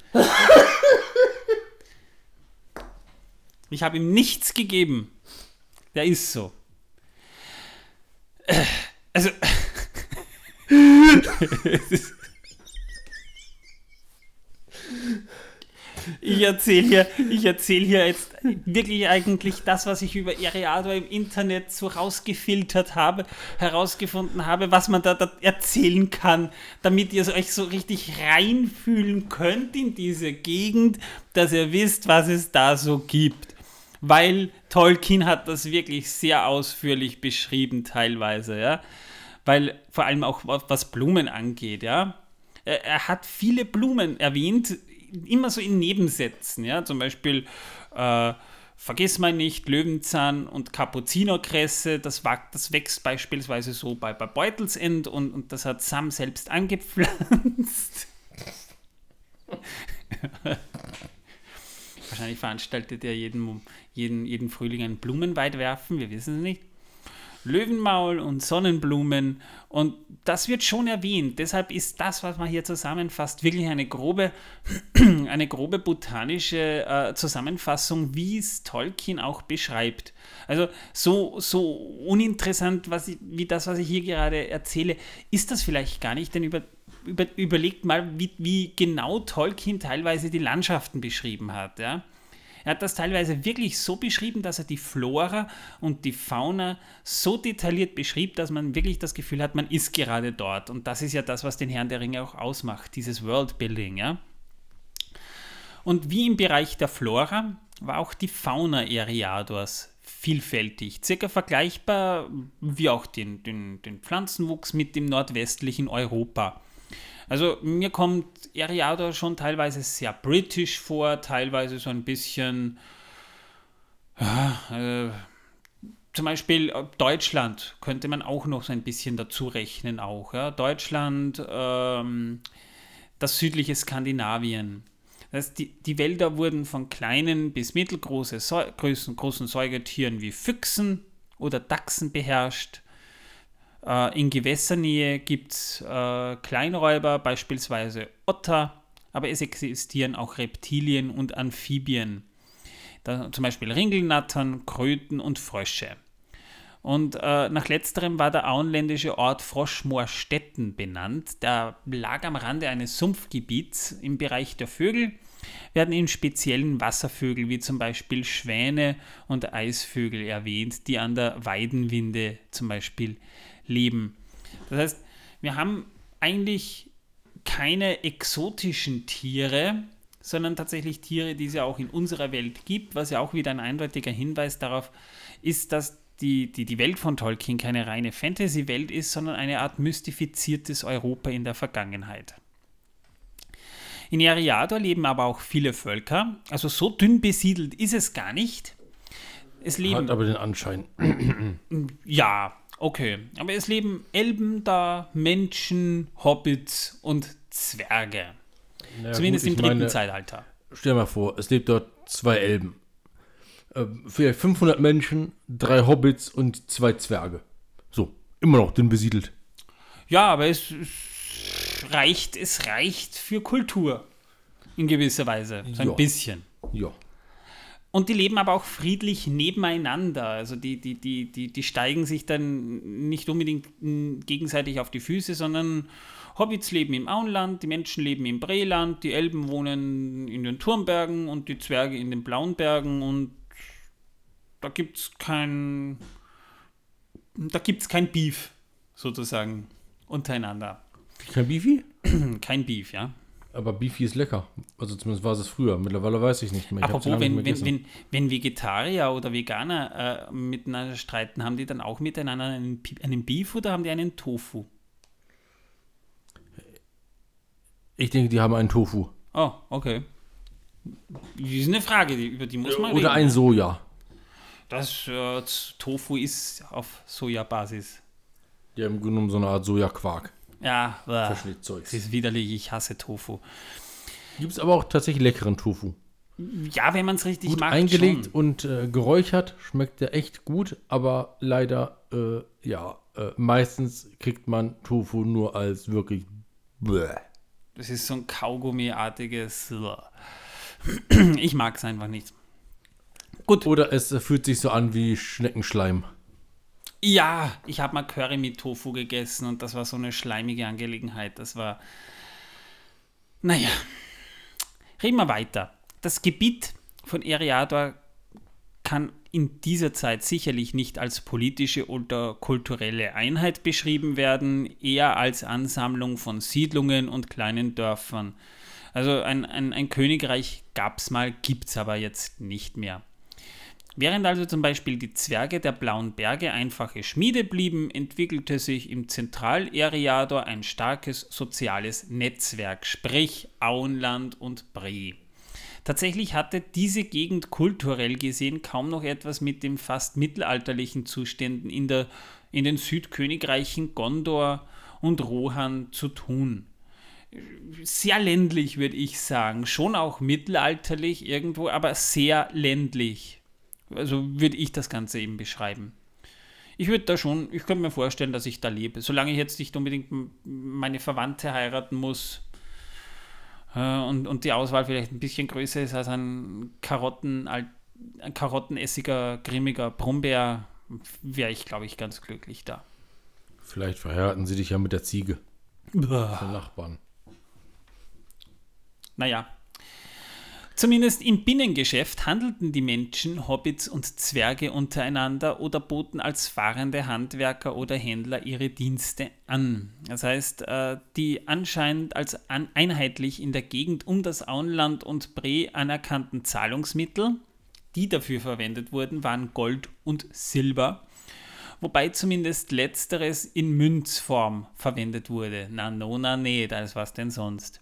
Ich habe ihm nichts gegeben. Der ist so. Also. Ich erzähle hier, ich erzähle hier jetzt wirklich eigentlich das, was ich über Eriador im Internet so rausgefiltert habe, herausgefunden habe, was man da, da erzählen kann, damit ihr euch so richtig reinfühlen könnt in diese Gegend, dass ihr wisst, was es da so gibt. Weil Tolkien hat das wirklich sehr ausführlich beschrieben teilweise, ja. Weil vor allem auch was Blumen angeht, ja. Er, er hat viele Blumen erwähnt, immer so in Nebensätzen, ja, zum Beispiel äh, vergiss mal nicht, Löwenzahn und Kapuzinerkresse, das, das wächst beispielsweise so bei, bei Beutelsend und, und das hat Sam selbst angepflanzt. Wahrscheinlich veranstaltet er jeden, jeden, jeden Frühling ein Blumenweitwerfen, wir wissen es nicht. Löwenmaul und Sonnenblumen und das wird schon erwähnt. Deshalb ist das, was man hier zusammenfasst, wirklich eine grobe, eine grobe botanische äh, Zusammenfassung, wie es Tolkien auch beschreibt. Also so, so uninteressant, was ich, wie das, was ich hier gerade erzähle, ist das vielleicht gar nicht, denn über, über, überlegt mal, wie, wie genau Tolkien teilweise die Landschaften beschrieben hat, ja. Er hat das teilweise wirklich so beschrieben, dass er die Flora und die Fauna so detailliert beschrieb, dass man wirklich das Gefühl hat, man ist gerade dort. Und das ist ja das, was den Herrn der Ringe auch ausmacht, dieses Worldbuilding. Ja? Und wie im Bereich der Flora war auch die Fauna Eriadors vielfältig, circa vergleichbar wie auch den, den, den Pflanzenwuchs mit dem nordwestlichen Europa. Also mir kommt Eriador schon teilweise sehr britisch vor, teilweise so ein bisschen, ja, äh, zum Beispiel Deutschland könnte man auch noch so ein bisschen dazu rechnen auch. Ja? Deutschland, ähm, das südliche Skandinavien. Das heißt, die, die Wälder wurden von kleinen bis mittelgroßen Säu- großen, großen Säugetieren wie Füchsen oder Dachsen beherrscht. In Gewässernähe gibt es äh, Kleinräuber, beispielsweise Otter, aber es existieren auch Reptilien und Amphibien, da, zum Beispiel Ringelnattern, Kröten und Frösche. Und äh, nach letzterem war der auenländische Ort Froschmoorstetten benannt. Der lag am Rande eines Sumpfgebiets. Im Bereich der Vögel werden in speziellen Wasservögel wie zum Beispiel Schwäne und Eisvögel erwähnt, die an der Weidenwinde zum Beispiel leben. Das heißt, wir haben eigentlich keine exotischen Tiere, sondern tatsächlich Tiere, die es ja auch in unserer Welt gibt, was ja auch wieder ein eindeutiger Hinweis darauf ist, dass die, die, die Welt von Tolkien keine reine Fantasy-Welt ist, sondern eine Art mystifiziertes Europa in der Vergangenheit. In Eriador leben aber auch viele Völker, also so dünn besiedelt ist es gar nicht. Es leben, Hat aber den Anschein. Ja, okay. Aber es leben Elben da, Menschen, Hobbits und Zwerge. Naja, Zumindest gut, im dritten meine, Zeitalter. Stell dir mal vor, es lebt dort zwei Elben. Äh, vielleicht fünfhundert Menschen, drei Hobbits und zwei Zwerge. So, immer noch dünn besiedelt. Ja, aber es, es reicht, es reicht für Kultur. In gewisser Weise. So ein Ja. bisschen. Ja. Und die leben aber auch friedlich nebeneinander. Also die, die, die, die, die steigen sich dann nicht unbedingt gegenseitig auf die Füße, sondern Hobbits leben im Auenland, die Menschen leben im Breland, die Elben wohnen in den Turmbergen und die Zwerge in den Blauen Bergen und da gibt es kein, da gibt's kein Beef sozusagen untereinander. Kein Beefy? Kein Beef, ja. Aber Beefy ist lecker. Also zumindest war es früher. Mittlerweile weiß ich nicht mehr. Ich hab's Apropos, lange wenn, nicht mehr wenn, gegessen. wenn, wenn Vegetarier oder Veganer äh, miteinander streiten, haben die dann auch miteinander einen, einen Beef oder haben die einen Tofu? Ich denke, die haben einen Tofu. Oh, okay. Das ist eine Frage, die, über die muss man Oder reden. ein Soja. Das äh, Tofu ist auf Sojabasis. Die haben im Grunde genommen so eine Art Sojaquark. Ja, äh, Verschnittzeug. das ist widerlich, ich hasse Tofu. Gibt es aber auch tatsächlich leckeren Tofu. Ja, wenn man es richtig Gut macht, eingelegt schon. und äh, geräuchert, schmeckt der echt gut, aber leider, äh, ja, äh, meistens kriegt man Tofu nur als wirklich bläh. Das ist so ein Kaugummiartiges. Ich mag es einfach nicht. Gut. Oder es äh, fühlt sich so an wie Schneckenschleim. Ja, ich habe mal Curry mit Tofu gegessen und das war so eine schleimige Angelegenheit. Das war, naja, reden wir weiter. Das Gebiet von Eriador kann in dieser Zeit sicherlich nicht als politische oder kulturelle Einheit beschrieben werden, eher als Ansammlung von Siedlungen und kleinen Dörfern. Also ein, ein, ein Königreich gab es mal, gibt es aber jetzt nicht mehr. Während also zum Beispiel die Zwerge der Blauen Berge einfache Schmiede blieben, entwickelte sich im Zentral-Eriador ein starkes soziales Netzwerk, sprich Auenland und Bree. Tatsächlich hatte diese Gegend kulturell gesehen kaum noch etwas mit den fast mittelalterlichen Zuständen in, der, in den Südkönigreichen Gondor und Rohan zu tun. Sehr ländlich, würde ich sagen, schon auch mittelalterlich irgendwo, aber sehr ländlich. Also würde ich das Ganze eben beschreiben. Ich würde da schon, ich könnte mir vorstellen, dass ich da lebe. Solange ich jetzt nicht unbedingt meine Verwandte heiraten muss äh, und, und die Auswahl vielleicht ein bisschen größer ist als ein Karotten, ein karottenessiger, grimmiger Brombeer, wäre ich, glaube ich, ganz glücklich da. Vielleicht verheiraten sie dich ja mit der Ziege. Uah. Von Nachbarn. Naja. Zumindest im Binnengeschäft handelten die Menschen, Hobbits und Zwerge untereinander oder boten als fahrende Handwerker oder Händler ihre Dienste an. Das heißt, die anscheinend als einheitlich in der Gegend um das Auenland und Bree anerkannten Zahlungsmittel, die dafür verwendet wurden, waren Gold und Silber, wobei zumindest letzteres in Münzform verwendet wurde. Na, no, na, nee, das was denn sonst.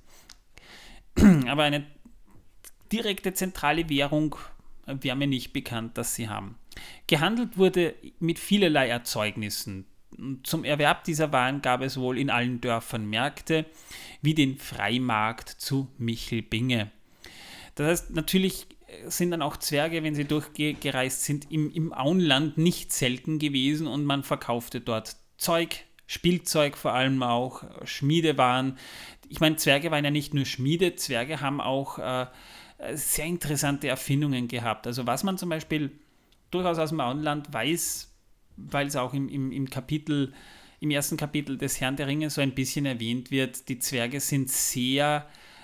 Aber eine direkte zentrale Währung wäre mir nicht bekannt, dass sie haben. Gehandelt wurde mit vielerlei Erzeugnissen. Zum Erwerb dieser Waren gab es wohl in allen Dörfern Märkte, wie den Freimarkt zu Michelbinge. Das heißt, natürlich sind dann auch Zwerge, wenn sie durchgereist sind, im, im Auenland nicht selten gewesen und man verkaufte dort Zeug, Spielzeug vor allem auch, Schmiedewaren. Ich meine, Zwerge waren ja nicht nur Schmiede, Zwerge haben auch äh, sehr interessante Erfindungen gehabt. Also was man zum Beispiel durchaus aus dem Auenland weiß, weil es auch im, im, im Kapitel, im ersten Kapitel des Herrn der Ringe so ein bisschen erwähnt wird, die Zwerge sind sehr,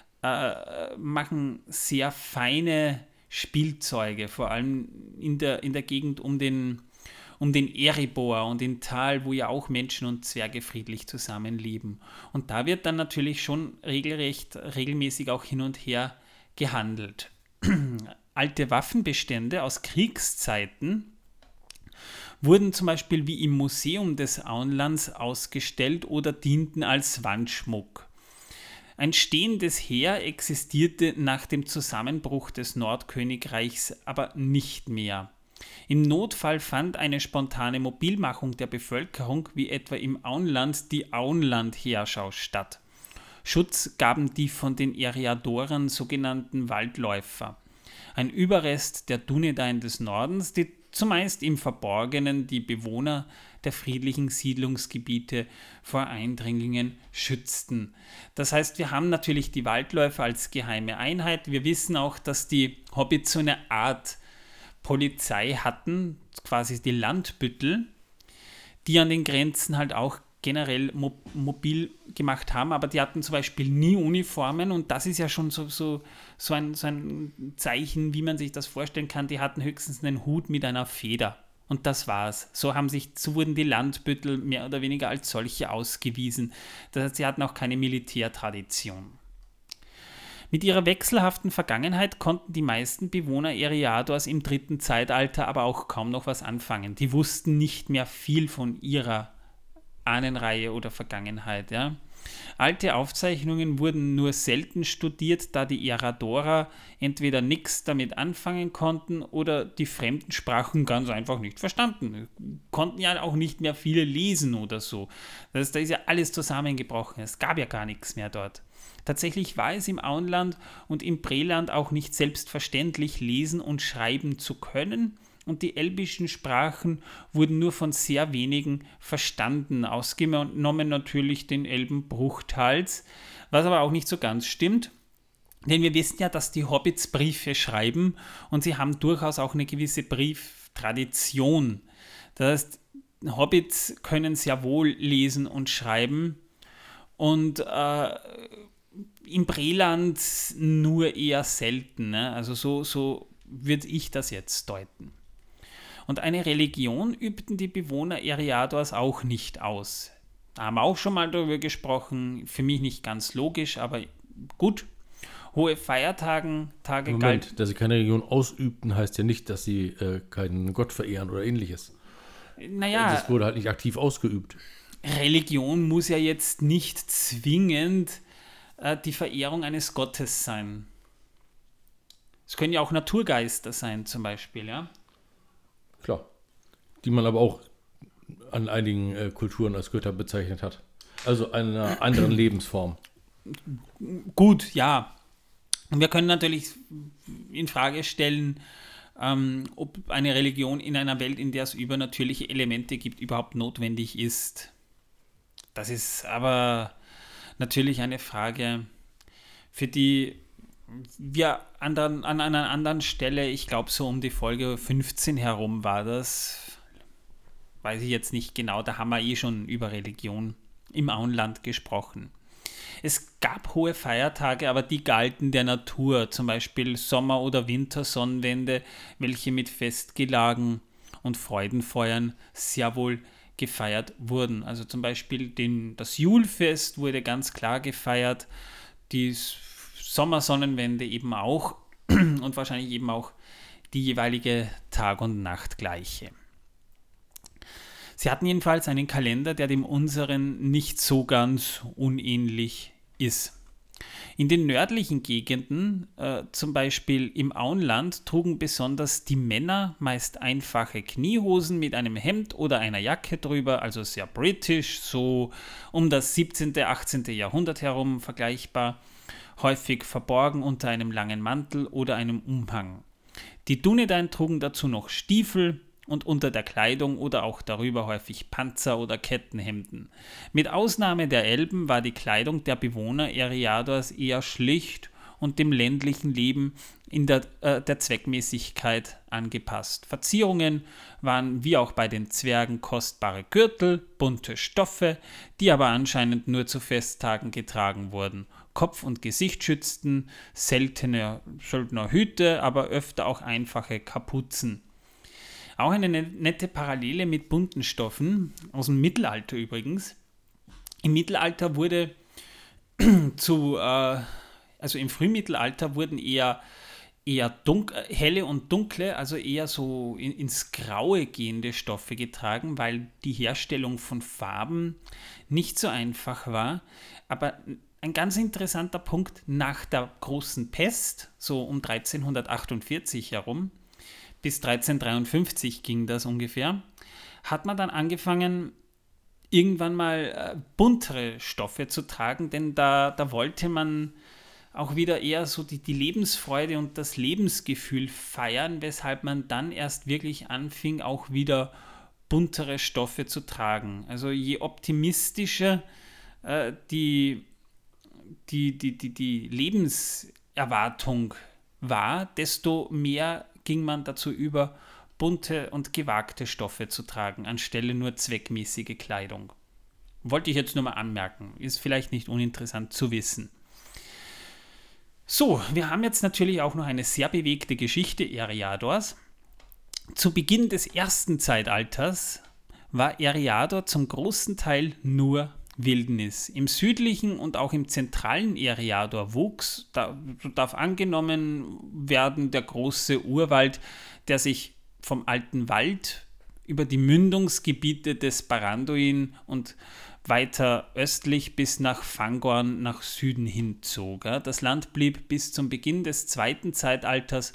äh, machen sehr feine Spielzeuge, vor allem in der, in der Gegend um den, um den Erebor und in Tal, wo ja auch Menschen und Zwerge friedlich zusammenleben. Und da wird dann natürlich schon regelrecht, regelmäßig auch hin und her gehandelt. Alte Waffenbestände aus Kriegszeiten wurden zum Beispiel wie im Museum des Auenlands ausgestellt oder dienten als Wandschmuck. Ein stehendes Heer existierte nach dem Zusammenbruch des Nordkönigreichs aber nicht mehr. Im Notfall fand eine spontane Mobilmachung der Bevölkerung, wie etwa im Auenland, die Auenland-Heerschau statt. Schutz gaben die von den Eriadorern sogenannten Waldläufer, ein Überrest der Dunedain des Nordens, die zumeist im Verborgenen die Bewohner der friedlichen Siedlungsgebiete vor Eindringlingen schützten. Das heißt, wir haben natürlich die Waldläufer als geheime Einheit. Wir wissen auch, dass die Hobbits so eine Art Polizei hatten, quasi die Landbüttel, die an den Grenzen halt auch generell mo- mobil gemacht haben, aber die hatten zum Beispiel nie Uniformen und das ist ja schon so, so, so, ein, so ein Zeichen, wie man sich das vorstellen kann. Die hatten höchstens einen Hut mit einer Feder und das war's. So, haben sich, so wurden die Landbüttel mehr oder weniger als solche ausgewiesen. Das heißt, sie hatten auch keine Militärtradition. Mit ihrer wechselhaften Vergangenheit konnten die meisten Bewohner Eriadors im dritten Zeitalter aber auch kaum noch was anfangen. Die wussten nicht mehr viel von ihrer Ahnenreihe oder Vergangenheit. Ja. Alte Aufzeichnungen wurden nur selten studiert, da die Eradora entweder nichts damit anfangen konnten oder die fremden Sprachen ganz einfach nicht verstanden. Konnten ja auch nicht mehr viele lesen oder so. Das heißt, da ist ja alles zusammengebrochen. Es gab ja gar nichts mehr dort. Tatsächlich war es im Auenland und im Preland auch nicht selbstverständlich, lesen und schreiben zu können. Und die elbischen Sprachen wurden nur von sehr wenigen verstanden, ausgenommen natürlich den Elben Bruchtals, was aber auch nicht so ganz stimmt, denn wir wissen ja, dass die Hobbits Briefe schreiben und sie haben durchaus auch eine gewisse Brieftradition. Das heißt, Hobbits können sehr wohl lesen und schreiben und äh, im Preland nur eher selten, ne? Also so, so würde ich das jetzt deuten. Und eine Religion übten die Bewohner Eriadors auch nicht aus. Da haben wir auch schon mal darüber gesprochen, für mich nicht ganz logisch, aber gut. Hohe Feiertagen, Tage Moment, galten. dass sie keine Religion ausübten, heißt ja nicht, dass sie äh, keinen Gott verehren oder ähnliches. Naja, Das wurde halt nicht aktiv ausgeübt. Religion muss ja jetzt nicht zwingend äh, die Verehrung eines Gottes sein. Es können ja auch Naturgeister sein, zum Beispiel, ja. Klar. Die man aber auch an einigen äh, Kulturen als Götter bezeichnet hat. Also einer anderen Lebensform. Gut, ja. Und wir können natürlich in Frage stellen, ähm, ob eine Religion in einer Welt, in der es übernatürliche Elemente gibt, überhaupt notwendig ist. Das ist aber natürlich eine Frage, für die wir an, der, an einer anderen Stelle, ich glaube so um die Folge fünfzehn herum war das, weiß ich jetzt nicht genau, da haben wir eh schon über Religion im Auenland gesprochen. Es gab hohe Feiertage, aber die galten der Natur, zum Beispiel Sommer- oder Wintersonnenwende, welche mit Festgelagen und Freudenfeuern sehr wohl gefeiert wurden. Also zum Beispiel den, das Julfest wurde ganz klar gefeiert, die Sommersonnenwende eben auch und wahrscheinlich eben auch die jeweilige Tag- und Nachtgleiche. Sie hatten jedenfalls einen Kalender, der dem unseren nicht so ganz unähnlich ist. In den nördlichen Gegenden, äh, zum Beispiel im Auenland, trugen besonders die Männer meist einfache Kniehosen mit einem Hemd oder einer Jacke drüber, also sehr britisch, so um das siebzehnten., achtzehnten. Jahrhundert herum vergleichbar, häufig verborgen unter einem langen Mantel oder einem Umhang. Die Dunedain trugen dazu noch Stiefel und unter der Kleidung oder auch darüber häufig Panzer- oder Kettenhemden. Mit Ausnahme der Elben war die Kleidung der Bewohner Eriadors eher schlicht und dem ländlichen Leben in der, äh, der Zweckmäßigkeit angepasst. Verzierungen waren wie auch bei den Zwergen kostbare Gürtel, bunte Stoffe, die aber anscheinend nur zu Festtagen getragen wurden. Kopf und Gesicht schützten, seltene Söldnerhüte, aber öfter auch einfache Kapuzen. Auch eine nette Parallele mit bunten Stoffen, aus dem Mittelalter übrigens. Im Mittelalter wurde zu, äh, also im Frühmittelalter wurden eher, eher dunkel, helle und dunkle, also eher so in, ins Graue gehende Stoffe getragen, weil die Herstellung von Farben nicht so einfach war. Aber ein ganz interessanter Punkt nach der großen Pest, so um dreizehnhundertachtundvierzig herum, bis dreizehnhundertdreiundfünfzig ging das ungefähr, hat man dann angefangen, irgendwann mal äh, buntere Stoffe zu tragen, denn da, da wollte man auch wieder eher so die, die Lebensfreude und das Lebensgefühl feiern, weshalb man dann erst wirklich anfing, auch wieder buntere Stoffe zu tragen. Also je optimistischer äh, die, die, die, die, die Lebenserwartung war, desto mehr ging man dazu über, bunte und gewagte Stoffe zu tragen, anstelle nur zweckmäßige Kleidung. Wollte ich jetzt nur mal anmerken, ist vielleicht nicht uninteressant zu wissen. So, wir haben jetzt natürlich auch noch eine sehr bewegte Geschichte Eriadors. Zu Beginn des ersten Zeitalters war Eriador zum großen Teil nur Wildnis. Im südlichen und auch im zentralen Eriador wuchs, da, so darf angenommen werden, der große Urwald, der sich vom alten Wald über die Mündungsgebiete des Baranduin und weiter östlich bis nach Fangorn nach Süden hinzog. Das Land blieb bis zum Beginn des zweiten Zeitalters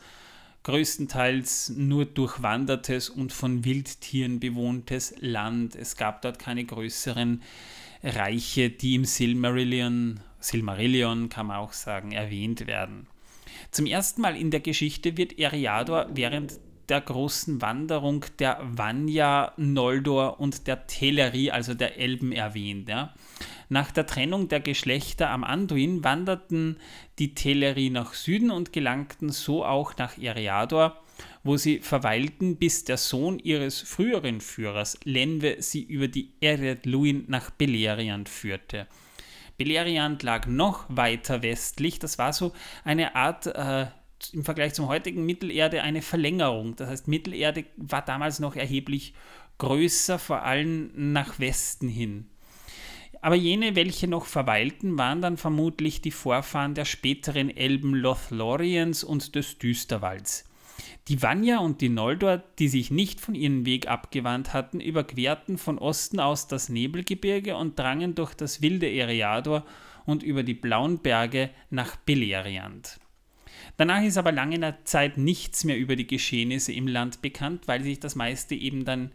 größtenteils nur durchwandertes und von Wildtieren bewohntes Land. Es gab dort keine größeren Reiche, die im Silmarillion, Silmarillion kann man auch sagen, erwähnt werden. Zum ersten Mal in der Geschichte wird Eriador während der großen Wanderung der Vanya, Noldor und der Teleri, also der Elben, erwähnt. Ja. Nach der Trennung der Geschlechter am Anduin wanderten die Teleri nach Süden und gelangten so auch nach Eriador, wo sie verweilten, bis der Sohn ihres früheren Führers, Lenve, sie über die Ered Luin nach Beleriand führte. Beleriand lag noch weiter westlich, das war so eine Art, äh, im Vergleich zum heutigen Mittelerde, eine Verlängerung. Das heißt, Mittelerde war damals noch erheblich größer, vor allem nach Westen hin. Aber jene, welche noch verweilten, waren dann vermutlich die Vorfahren der späteren Elben Lothloriens und des Düsterwalds. Die Vanya und die Noldor, die sich nicht von ihrem Weg abgewandt hatten, überquerten von Osten aus das Nebelgebirge und drangen durch das wilde Eriador und über die blauen Berge nach Beleriand. Danach ist aber lange Zeit nichts mehr über die Geschehnisse im Land bekannt, weil sich das meiste eben dann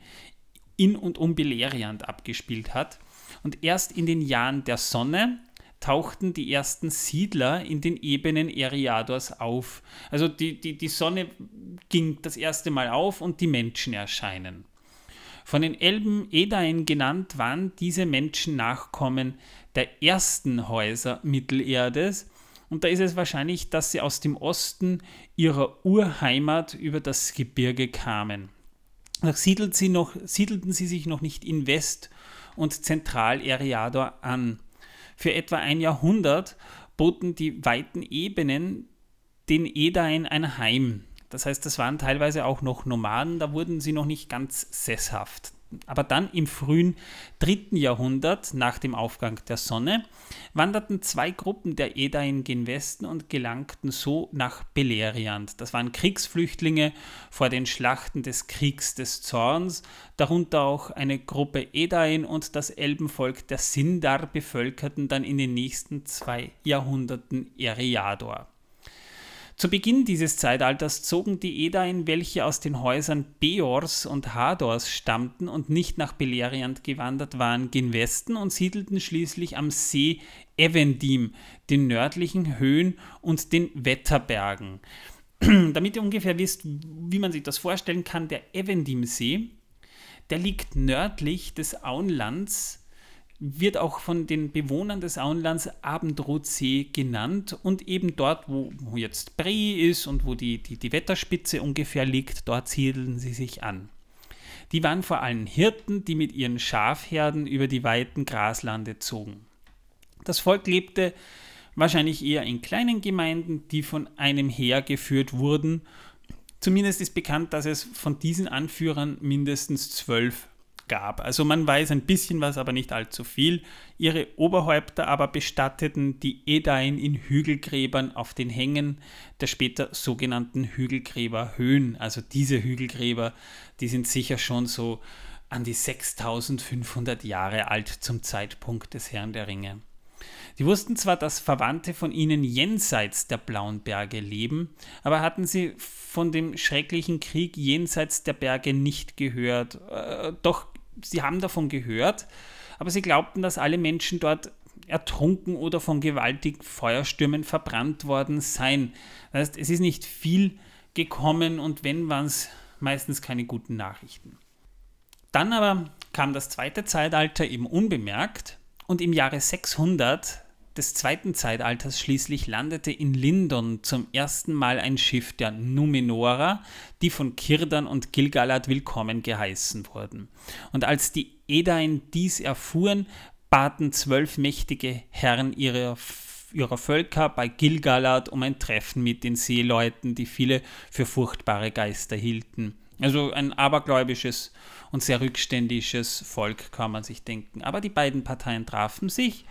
in und um Beleriand abgespielt hat. Und erst in den Jahren der Sonne tauchten die ersten Siedler in den Ebenen Eriadors auf. Also die, die, die Sonne ging das erste Mal auf und die Menschen erscheinen. Von den Elben Edain genannt waren diese Menschen Nachkommen der ersten Häuser Mittelerdes. Und da ist es wahrscheinlich, dass sie aus dem Osten ihrer Urheimat über das Gebirge kamen. Da siedelten sie, noch, siedelten sie sich noch nicht in West- und Zentral-Eriador an. Für etwa ein Jahrhundert boten die weiten Ebenen den Edain ein Heim. Das heißt, das waren teilweise auch noch Nomaden, da wurden sie noch nicht ganz sesshaft. Aber dann im frühen dritten Jahrhundert, nach dem Aufgang der Sonne, wanderten zwei Gruppen der Edain gen Westen und gelangten so nach Beleriand. Das waren Kriegsflüchtlinge vor den Schlachten des Kriegs des Zorns, darunter auch eine Gruppe Edain und das Elbenvolk der Sindar bevölkerten dann in den nächsten zwei Jahrhunderten Eriador. Zu Beginn dieses Zeitalters zogen die Edain, welche aus den Häusern Beors und Hadors stammten und nicht nach Beleriand gewandert waren, gen Westen und siedelten schließlich am See Evendim, den nördlichen Höhen und den Wetterbergen. Damit ihr ungefähr wisst, wie man sich das vorstellen kann, der Evendim-See, der liegt nördlich des Auenlands, wird auch von den Bewohnern des Auenlands Abendrotsee genannt und eben dort, wo, wo jetzt Bree ist und wo die, die, die Wetterspitze ungefähr liegt, dort siedeln sie sich an. Die waren vor allem Hirten, die mit ihren Schafherden über die weiten Graslande zogen. Das Volk lebte wahrscheinlich eher in kleinen Gemeinden, die von einem Heer geführt wurden. Zumindest ist bekannt, dass es von diesen Anführern mindestens zwölf gab. Also man weiß ein bisschen was, aber nicht allzu viel. Ihre Oberhäupter aber bestatteten die Edain in Hügelgräbern auf den Hängen der später sogenannten Hügelgräberhöhen. Also diese Hügelgräber, die sind sicher schon so an die sechstausendfünfhundert Jahre alt zum Zeitpunkt des Herrn der Ringe. Die wussten zwar, dass Verwandte von ihnen jenseits der Blauen Berge leben, aber hatten sie von dem schrecklichen Krieg jenseits der Berge nicht gehört. Äh, doch, sie haben davon gehört, aber sie glaubten, dass alle Menschen dort ertrunken oder von gewaltigen Feuerstürmen verbrannt worden seien. Das heißt, es ist nicht viel gekommen und wenn, waren es meistens keine guten Nachrichten. Dann aber kam das zweite Zeitalter eben unbemerkt und im Jahre sechshundert des zweiten Zeitalters schließlich landete in Lindon zum ersten Mal ein Schiff der Numenora, die von Círdan und Gil-galad willkommen geheißen wurden. Und als die Edain dies erfuhren, baten zwölf mächtige Herren ihrer, ihrer Völker bei Gil-galad um ein Treffen mit den Seeleuten, die viele für furchtbare Geister hielten. Also ein abergläubisches und sehr rückständisches Volk, kann man sich denken. Aber die beiden Parteien trafen sich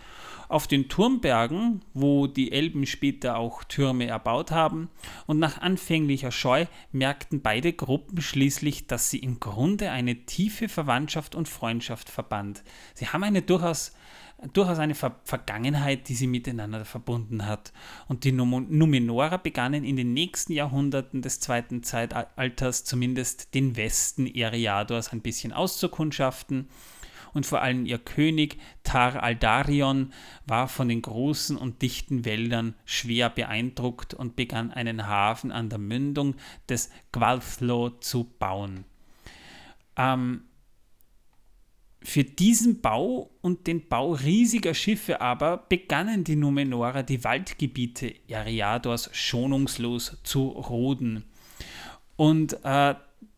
auf den Turmbergen, wo die Elben später auch Türme erbaut haben, und nach anfänglicher Scheu merkten beide Gruppen schließlich, dass sie im Grunde eine tiefe Verwandtschaft und Freundschaft verband. Sie haben eine durchaus, durchaus eine Ver- Vergangenheit, die sie miteinander verbunden hat. Und die Num- Numenorer begannen in den nächsten Jahrhunderten des zweiten Zeitalters zumindest den Westen Eriadors ein bisschen auszukundschaften. Und vor allem ihr König Tar Aldarion war von den großen und dichten Wäldern schwer beeindruckt und begann einen Hafen an der Mündung des Gwathlo zu bauen. Ähm, für diesen Bau und den Bau riesiger Schiffe aber begannen die Numenorer die Waldgebiete Eriadors schonungslos zu roden. Und äh,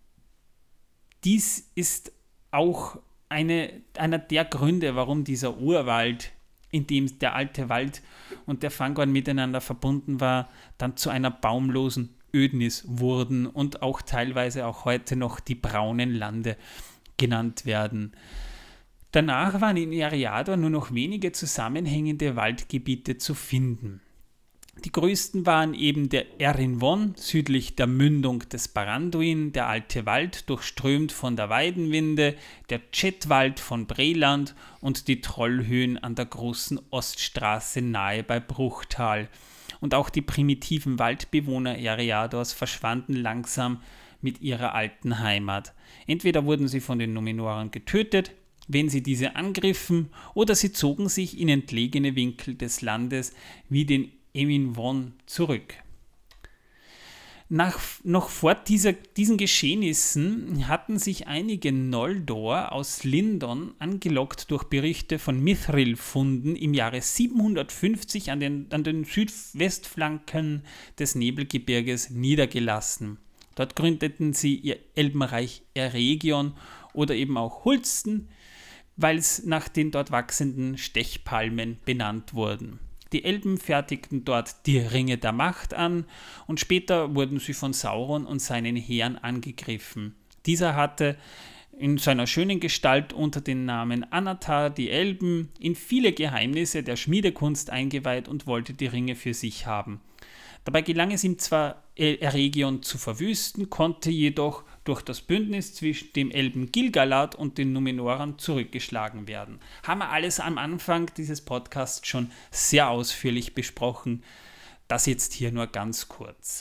dies ist auch Eine, einer der Gründe, warum dieser Urwald, in dem der alte Wald und der Fangorn miteinander verbunden war, dann zu einer baumlosen Ödnis wurden und auch teilweise auch heute noch die braunen Lande genannt werden. Danach waren in Eriador nur noch wenige zusammenhängende Waldgebiete zu finden. Die größten waren eben der Erinwon südlich der Mündung des Baranduin, der alte Wald, durchströmt von der Weidenwinde, der Chetwald von Breland und die Trollhöhen an der großen Oststraße nahe bei Bruchtal. Und auch die primitiven Waldbewohner Eriadors verschwanden langsam mit ihrer alten Heimat. Entweder wurden sie von den Numenoren getötet, wenn sie diese angriffen, oder sie zogen sich in entlegene Winkel des Landes wie den Erinwon zurück. Nach, noch vor dieser, diesen Geschehnissen hatten sich einige Noldor aus Lindon, angelockt durch Berichte von Mithril-Funden, im Jahre siebenhundertfünfzig an den, an den Südwestflanken des Nebelgebirges niedergelassen. Dort gründeten sie ihr Elbenreich Eregion oder eben auch Hulsten, weil es nach den dort wachsenden Stechpalmen benannt wurden. Die Elben fertigten dort die Ringe der Macht an und später wurden sie von Sauron und seinen Heeren angegriffen. Dieser hatte in seiner schönen Gestalt unter dem Namen Anatar die Elben in viele Geheimnisse der Schmiedekunst eingeweiht und wollte die Ringe für sich haben. Dabei gelang es ihm zwar, Eregion zu verwüsten, konnte jedoch durch das Bündnis zwischen dem Elben Gil-galad und den Numenorern zurückgeschlagen werden. Haben wir alles am Anfang dieses Podcasts schon sehr ausführlich besprochen. Das jetzt hier nur ganz kurz.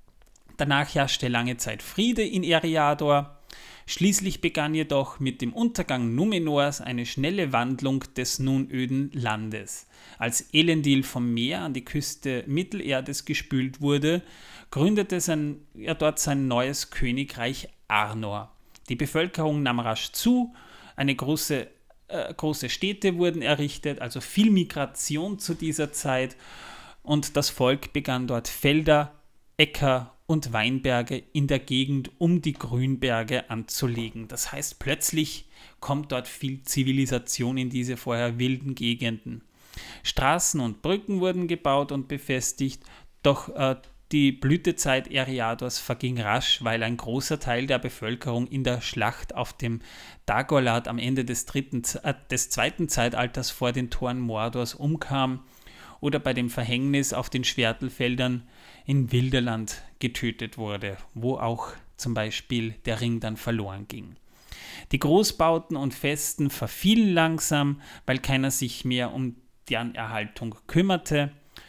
Danach herrschte lange Zeit Friede in Eriador. Schließlich begann jedoch mit dem Untergang Numenors eine schnelle Wandlung des nun öden Landes. Als Elendil vom Meer an die Küste Mittelerdes gespült wurde, gründete sein, er dort sein neues Königreich Arnor. Die Bevölkerung nahm rasch zu, eine große, äh, große Städte wurden errichtet, also viel Migration zu dieser Zeit, und das Volk begann dort Felder, Äcker und Weinberge in der Gegend um die Grünberge anzulegen. Das heißt, plötzlich kommt dort viel Zivilisation in diese vorher wilden Gegenden. Straßen und Brücken wurden gebaut und befestigt, doch äh, die Blütezeit Eriadors verging rasch, weil ein großer Teil der Bevölkerung in der Schlacht auf dem Dagorlad am Ende des, dritten, äh, des zweiten Zeitalters vor den Toren Mordors umkam oder bei dem Verhängnis auf den Schwertelfeldern in Wilderland getötet wurde, wo auch zum Beispiel der Ring dann verloren ging. Die Großbauten und Festen verfielen langsam, weil keiner sich mehr um deren Erhaltung kümmerte.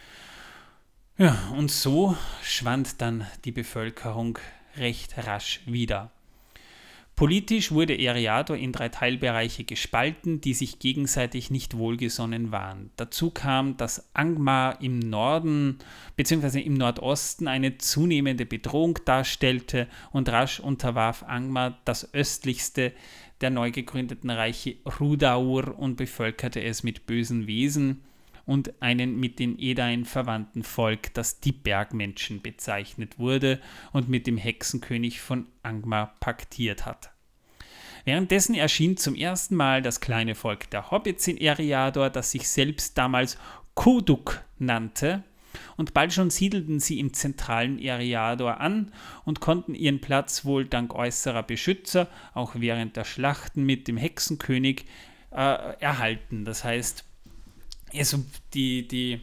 Ja, und so schwand dann die Bevölkerung recht rasch wieder. Politisch wurde Eriador in drei Teilbereiche gespalten, die sich gegenseitig nicht wohlgesonnen waren. Dazu kam, dass Angmar im Norden bzw. im Nordosten eine zunehmende Bedrohung darstellte und rasch unterwarf Angmar das östlichste der neu gegründeten Reiche Rudaur und bevölkerte es mit bösen Wesen und einem mit den Edain verwandten Volk, das die Bergmenschen bezeichnet wurde und mit dem Hexenkönig von Angmar paktiert hat. Währenddessen erschien zum ersten Mal das kleine Volk der Hobbits in Eriador, das sich selbst damals Kuduk nannte, und bald schon siedelten sie im zentralen Eriador an und konnten ihren Platz wohl dank äußerer Beschützer auch während der Schlachten mit dem Hexenkönig äh, erhalten. Das heißt, also die, die,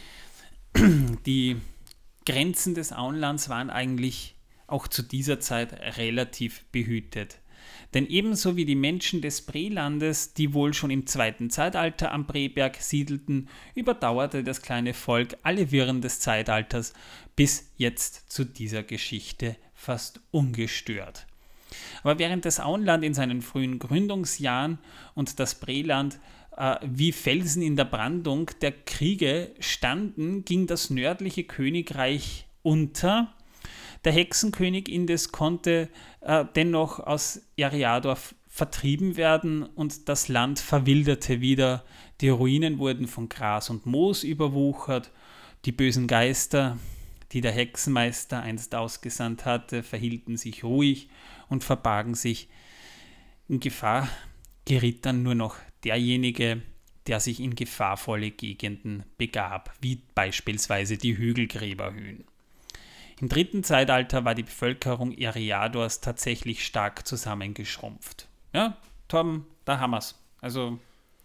die Grenzen des Auenlands waren eigentlich auch zu dieser Zeit relativ behütet. Denn ebenso wie die Menschen des Prelandes, die wohl schon im zweiten Zeitalter am Preberg siedelten, überdauerte das kleine Volk alle Wirren des Zeitalters bis jetzt zu dieser Geschichte fast ungestört. Aber während das Auenland in seinen frühen Gründungsjahren und das Preland äh, wie Felsen in der Brandung der Kriege standen, ging das nördliche Königreich unter. Der Hexenkönig indes konnte äh, dennoch aus Eriador vertrieben werden und das Land verwilderte wieder. Die Ruinen wurden von Gras und Moos überwuchert. Die bösen Geister, die der Hexenmeister einst ausgesandt hatte, verhielten sich ruhig und verbargen sich. In Gefahr geriet dann nur noch derjenige, der sich in gefahrvolle Gegenden begab, wie beispielsweise die Hügelgräberhöhen. Im dritten Zeitalter war die Bevölkerung Eriadors tatsächlich stark zusammengeschrumpft. Ja, Torben, da haben wir es. Also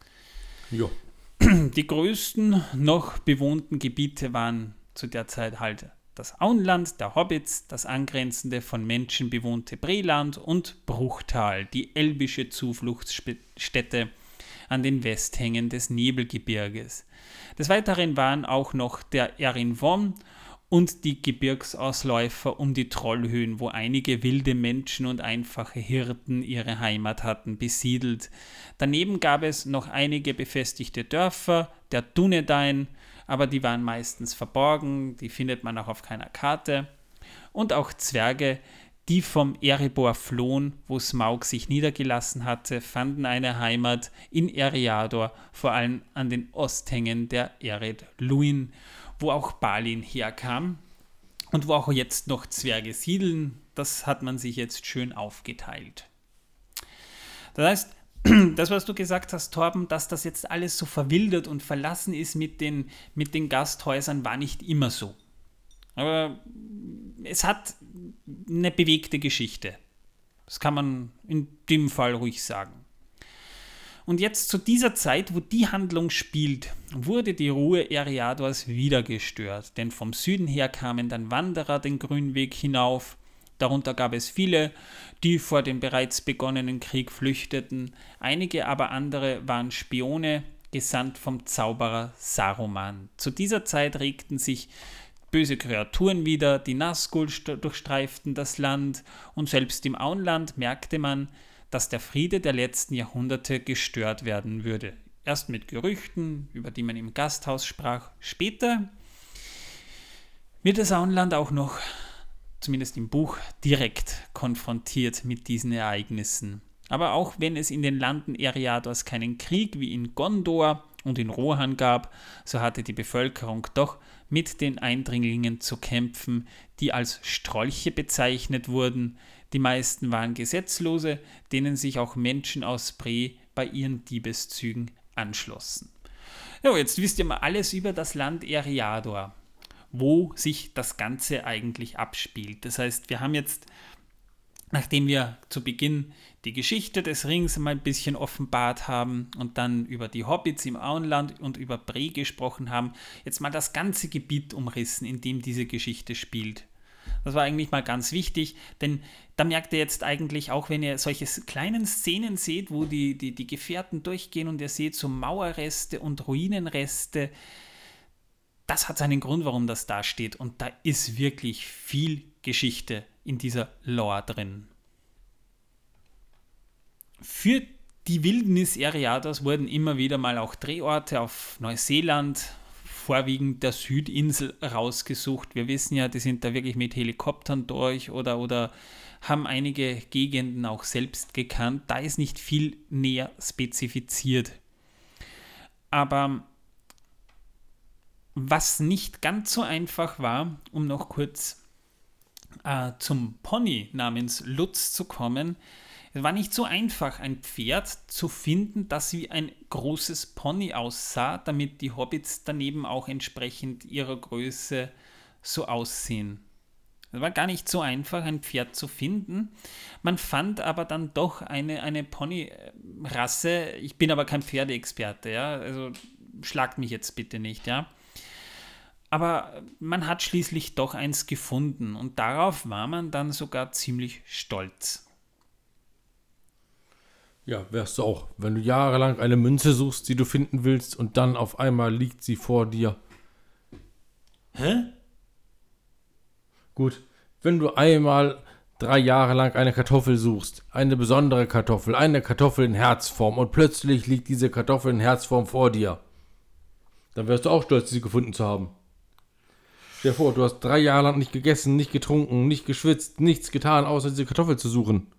Jo. die größten noch bewohnten Gebiete waren zu der Zeit halt das Auenland der Hobbits, das angrenzende von Menschen bewohnte Preland und Bruchtal, die elbische Zufluchtsstätte an den Westhängen des Nebelgebirges. Des Weiteren waren auch noch der Erinwon und die Gebirgsausläufer um die Trollhöhen, wo einige wilde Menschen und einfache Hirten ihre Heimat hatten, besiedelt. Daneben gab es noch einige befestigte Dörfer, der Dunedain, aber die waren meistens verborgen, die findet man auch auf keiner Karte. Und auch Zwerge, die vom Erebor flohen, wo Smaug sich niedergelassen hatte, fanden eine Heimat in Eriador, vor allem an den Osthängen der Ered Luin, wo auch Balin herkam und wo auch jetzt noch Zwerge siedeln. Das hat man sich jetzt schön aufgeteilt. Das heißt, das, was du gesagt hast, Torben, dass das jetzt alles so verwildert und verlassen ist mit den, mit den Gasthäusern, war nicht immer so. Aber es hat eine bewegte Geschichte. Das kann man in dem Fall ruhig sagen. Und jetzt zu dieser Zeit, wo die Handlung spielt, wurde die Ruhe Eriadors wieder gestört, denn vom Süden her kamen dann Wanderer den Grünweg hinauf. Darunter gab es viele, die vor dem bereits begonnenen Krieg flüchteten. Einige aber andere waren Spione, gesandt vom Zauberer Saruman. Zu dieser Zeit regten sich böse Kreaturen wieder, die Nazgul durchstreiften das Land und selbst im Auenland merkte man, dass der Friede der letzten Jahrhunderte gestört werden würde. Erst mit Gerüchten, über die man im Gasthaus sprach. Später wird das Auenland auch noch, zumindest im Buch, direkt konfrontiert mit diesen Ereignissen. Aber auch wenn es in den Landen Eriadors keinen Krieg wie in Gondor und in Rohan gab, so hatte die Bevölkerung doch mit den Eindringlingen zu kämpfen, die als Strolche bezeichnet wurden. Die meisten waren Gesetzlose, denen sich auch Menschen aus Bree bei ihren Diebeszügen anschlossen. Ja, jetzt wisst ihr mal alles über das Land Eriador, wo sich das Ganze eigentlich abspielt. Das heißt, wir haben jetzt, nachdem wir zu Beginn die Geschichte des Rings mal ein bisschen offenbart haben und dann über die Hobbits im Auenland und über Bree gesprochen haben, jetzt mal das ganze Gebiet umrissen, in dem diese Geschichte spielt. Das war eigentlich mal ganz wichtig, denn da merkt ihr jetzt eigentlich auch, wenn ihr solche kleinen Szenen seht, wo die, die, die Gefährten durchgehen und ihr seht so Mauerreste und Ruinenreste, das hat seinen Grund, warum das da steht, und da ist wirklich viel Geschichte in dieser Lore drin. Für die Wildnis Eriadors wurden immer wieder mal auch Drehorte auf Neuseeland, vorwiegend der Südinsel, rausgesucht. Wir wissen ja, die sind da wirklich mit Helikoptern durch oder, oder haben einige Gegenden auch selbst gekannt. Da ist nicht viel näher spezifiziert. Aber was nicht ganz so einfach war, um noch kurz äh, zum Pony namens Lutz zu kommen, es war nicht so einfach, ein Pferd zu finden, das wie ein großes Pony aussah, damit die Hobbits daneben auch entsprechend ihrer Größe so aussehen. Es war gar nicht so einfach, ein Pferd zu finden. Man fand aber dann doch eine, eine Ponyrasse. Ich bin aber kein Pferdeexperte, ja. Also schlagt mich jetzt bitte nicht, ja. Aber man hat schließlich doch eins gefunden und darauf war man dann sogar ziemlich stolz. Ja, wärst du auch. Wenn du jahrelang eine Münze suchst, die du finden willst und dann auf einmal liegt sie vor dir. Hä? Gut, wenn du einmal drei Jahre lang eine Kartoffel suchst, eine besondere Kartoffel, eine Kartoffel in Herzform und plötzlich liegt diese Kartoffel in Herzform vor dir, dann wärst du auch stolz, sie gefunden zu haben. Stell dir vor, du hast drei Jahre lang nicht gegessen, nicht getrunken, nicht geschwitzt, nichts getan, außer diese Kartoffel zu suchen.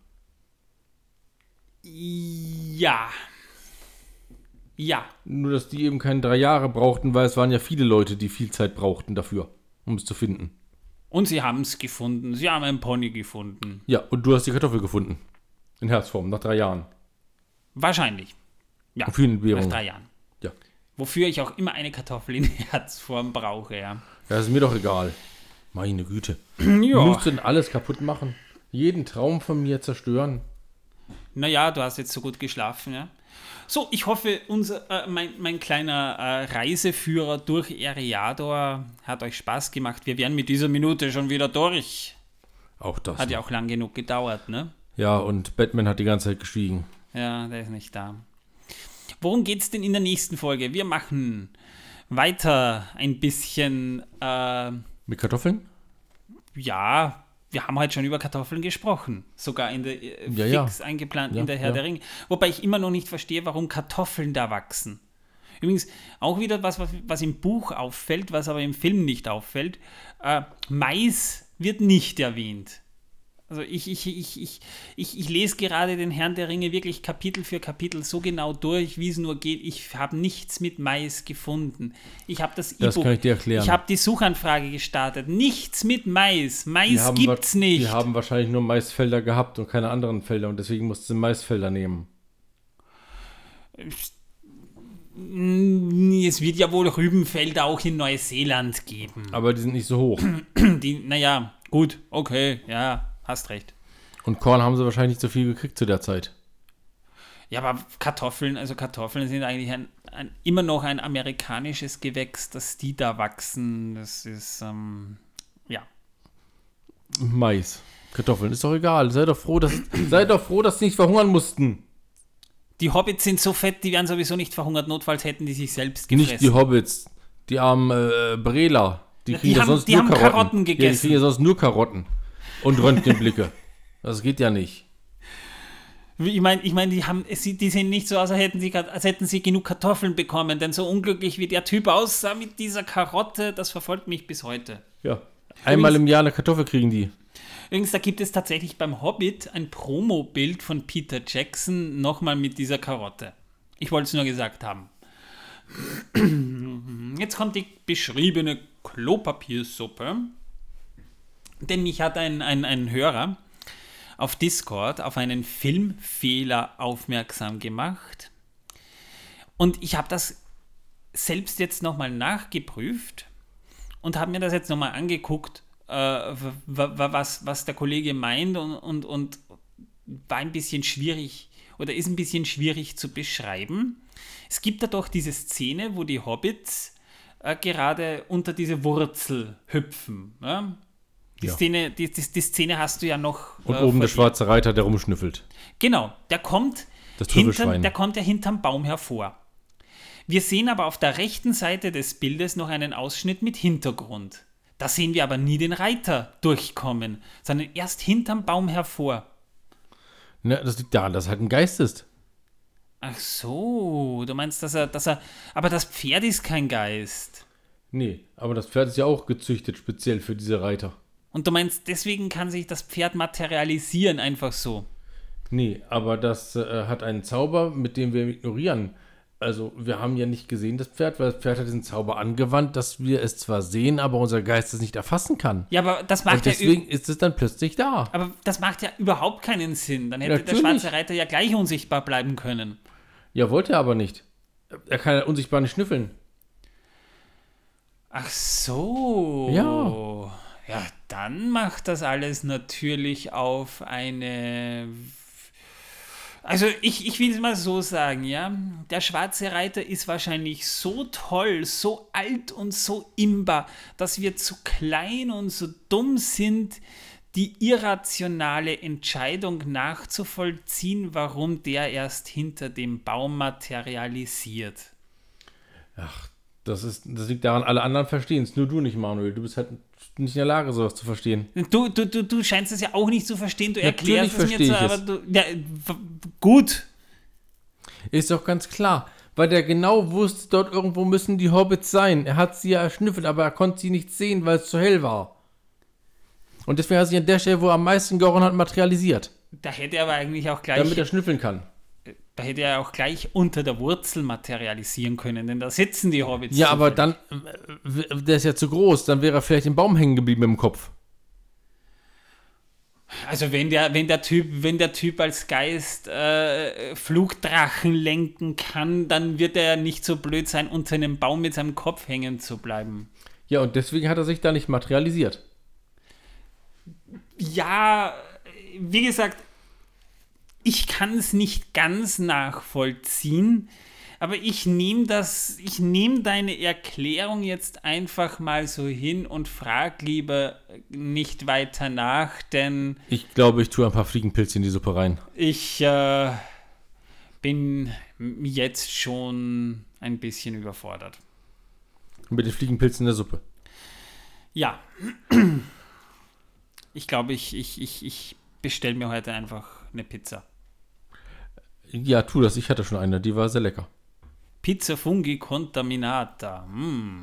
Ja. Ja. Nur, dass die eben keine drei Jahre brauchten, weil es waren ja viele Leute, die viel Zeit brauchten dafür, um es zu finden. Und sie haben es gefunden. Sie haben einen Pony gefunden. Ja, und du hast die Kartoffel gefunden. In Herzform, nach drei Jahren. Wahrscheinlich. Ja, Auf vielen nach drei Jahren. Ja. Wofür ich auch immer eine Kartoffel in Herzform brauche, ja. Ja, ist mir doch egal. Meine Güte. Ja. Du musst denn alles kaputt machen? Jeden Traum von mir zerstören? Naja, du hast jetzt so gut geschlafen, ja. So, ich hoffe, unser, äh, mein, mein kleiner äh, Reiseführer durch Eriador hat euch Spaß gemacht. Wir wären mit dieser Minute schon wieder durch. Auch das. Hat ja auch lang genug gedauert, ne? Ja, und Batman hat die ganze Zeit geschwiegen. Ja, der ist nicht da. Worum geht's denn in der nächsten Folge? Wir machen weiter ein bisschen, äh, Mit Kartoffeln? ja, wir haben heute schon über Kartoffeln gesprochen. Sogar in der äh, Ja, fix ja. eingeplant Ja, in der Herr ja. der Ringe. Wobei ich immer noch nicht verstehe, warum Kartoffeln da wachsen. Übrigens, auch wieder was, was, was im Buch auffällt, was aber im Film nicht auffällt. Äh, Mais wird nicht erwähnt. Also ich, ich, ich, ich, ich, ich lese gerade den Herrn der Ringe wirklich Kapitel für Kapitel so genau durch, wie es nur geht. Ich habe nichts mit Mais gefunden. Ich habe das Das E-Book. kann ich dir erklären. Ich habe die Suchanfrage gestartet. Nichts mit Mais. Die Mais haben gibt's wa- nicht. Die haben wahrscheinlich nur Maisfelder gehabt und keine anderen Felder und deswegen mussten sie Maisfelder nehmen. Es wird ja wohl Rübenfelder auch in Neuseeland geben. Aber die sind nicht so hoch. Die, naja, gut, okay, ja, hast recht. Und Korn haben sie wahrscheinlich nicht so viel gekriegt zu der Zeit. Ja, aber Kartoffeln, also Kartoffeln sind eigentlich ein, ein, immer noch ein amerikanisches Gewächs, dass die da wachsen. Das ist, ähm, ja. Mais. Kartoffeln, ist doch egal. Sei doch froh, dass, sei doch froh, dass sie nicht verhungern mussten. Die Hobbits sind so fett, die werden sowieso nicht verhungert. Notfalls hätten die sich selbst gefressen. Nicht die Hobbits, die armen äh, Brela. Die Ja, kriegen die ja haben- sonst die nur haben Karotten. Karotten Ja, die gegessen. kriegen ja sonst nur Karotten. Und Röntgenblicke. Das geht ja nicht. Ich meine, ich mein, die, haben- sie- die sehen nicht so aus, als hätten, sie, als hätten sie genug Kartoffeln bekommen. Denn so unglücklich wie der Typ aussah mit dieser Karotte, das verfolgt mich bis heute. Ja. Einmal im Jahr eine Kartoffel kriegen die. Übrigens, da gibt es tatsächlich beim Hobbit ein Promo-Bild von Peter Jackson nochmal mit dieser Karotte. Ich wollte es nur gesagt haben. Jetzt kommt die beschriebene Klopapiersuppe. Denn mich hat ein, ein, ein Hörer auf Discord auf einen Filmfehler aufmerksam gemacht. Und ich habe das selbst jetzt nochmal nachgeprüft und habe mir das jetzt nochmal angeguckt, äh, w- w- was, was der Kollege meint und, und, und war ein bisschen schwierig oder ist ein bisschen schwierig zu beschreiben. Es gibt da doch diese Szene, wo die Hobbits äh, gerade unter diese Wurzel hüpfen. Ja? Die, Ja. Szene, die, die, die Szene hast du ja noch. Und äh, oben vor der dir. schwarze Reiter, der rumschnüffelt. Genau, der kommt, Das hinter, Trüffelschwein. der kommt ja hinterm Baum hervor. Wir sehen aber auf der rechten Seite des Bildes noch einen Ausschnitt mit Hintergrund. Da sehen wir aber nie den Reiter durchkommen, sondern erst hinterm Baum hervor. Ne, das liegt daran, dass er halt ein Geist ist. Ach so, du meinst, dass er, dass er, aber das Pferd ist kein Geist. Nee, aber das Pferd ist ja auch gezüchtet, speziell für diese Reiter. Und du meinst, deswegen kann sich das Pferd materialisieren, einfach so. Nee, aber das äh, hat einen Zauber, mit dem wir ignorieren. Also, wir haben ja nicht gesehen, das Pferd, weil das Pferd hat diesen Zauber angewandt, dass wir es zwar sehen, aber unser Geist es nicht erfassen kann. Ja, aber das Und macht ja, deswegen ü- ist es dann plötzlich da. aber das macht ja überhaupt keinen Sinn. Dann hätte Natürlich. der schwarze Reiter ja gleich unsichtbar bleiben können. Ja, wollte er aber nicht. Er kann ja unsichtbar nicht schnüffeln. Ach so. Ja. Ja, dann macht das alles natürlich auf eine Also ich, ich will es mal so sagen, ja. Der schwarze Reiter ist wahrscheinlich so toll, so alt und so imbar, dass wir zu klein und so dumm sind, die irrationale Entscheidung nachzuvollziehen, warum der erst hinter dem Baum materialisiert. Ach, das, ist, das liegt daran, alle anderen verstehen es, nur du nicht, Manuel. Du bist halt nicht in der Lage, sowas zu verstehen. Du, du, du, du scheinst es ja auch nicht zu verstehen, du Natürlich erklärst es mir verstehe zwar, ich aber du, ja, w- gut. Ist doch ganz klar, weil der genau wusste, dort irgendwo müssen die Hobbits sein. Er hat sie ja erschnüffelt, aber er konnte sie nicht sehen, weil es zu hell war. Und deswegen hat er sich an der Stelle, wo er am meisten gerochen hat, materialisiert. Da hätte er aber eigentlich auch gleich, Damit er schnüffeln kann. da hätte er auch gleich unter der Wurzel materialisieren können, denn da sitzen die Hobbits. Ja, aber zufällig. dann, äh, der ist ja zu groß, dann wäre er vielleicht im Baum hängen geblieben im Kopf. Also wenn der, wenn der Typ, wenn der Typ als Geist äh, Flugdrachen lenken kann, dann wird er nicht so blöd sein, unter einem Baum mit seinem Kopf hängen zu bleiben. Ja, und deswegen hat er sich da nicht materialisiert. Ja, wie gesagt, ich kann es nicht ganz nachvollziehen, aber ich nehme das, ich nehme deine Erklärung jetzt einfach mal so hin und frag lieber nicht weiter nach, denn Ich glaube, ich tue ein paar Fliegenpilze in die Suppe rein. ich äh, bin jetzt schon ein bisschen überfordert. Mit den Fliegenpilzen in der Suppe. Ja, ich glaube, ich, ich, ich, ich bestelle mir heute einfach eine Pizza. Ja, tu das. Ich hatte schon eine, die war sehr lecker. Pizza Fungi Contaminata. Mm.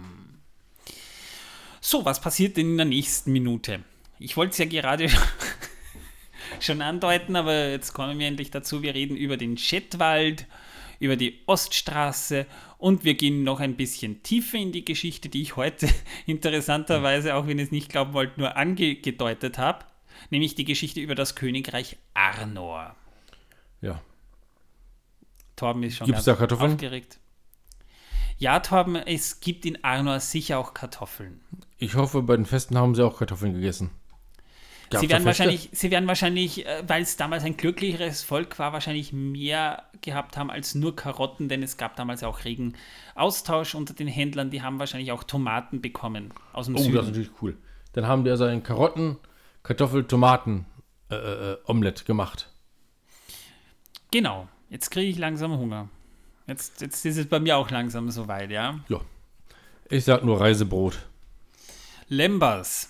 So, was passiert denn in der nächsten Minute? Ich wollte es ja gerade schon andeuten, aber jetzt kommen wir endlich dazu. Wir reden über den Schettwald, über die Oststraße und wir gehen noch ein bisschen tiefer in die Geschichte, die ich heute interessanterweise, auch wenn ihr es nicht glauben wollt, nur angedeutet habe, nämlich die Geschichte über das Königreich Arnor. Ja. Torben ist schon Gibt's ganz da Kartoffeln? aufgeregt. Ja, Torben, es gibt in Arnor sicher auch Kartoffeln. Ich hoffe, bei den Festen haben sie auch Kartoffeln gegessen. Gab's Sie da werden, Feste? wahrscheinlich, sie werden wahrscheinlich, äh, weil es damals ein glücklicheres Volk war, wahrscheinlich mehr gehabt haben als nur Karotten, denn es gab damals auch regen Austausch unter den Händlern. Die haben wahrscheinlich auch Tomaten bekommen aus dem Oh, das ist Süden. natürlich cool. Dann haben die also ein Karotten, Kartoffel, Tomaten äh, äh, Omelette gemacht. Genau, jetzt kriege ich langsam Hunger. Jetzt, jetzt ist es bei mir auch langsam soweit, ja. Ja. Ich sag nur Reisebrot. Lembas.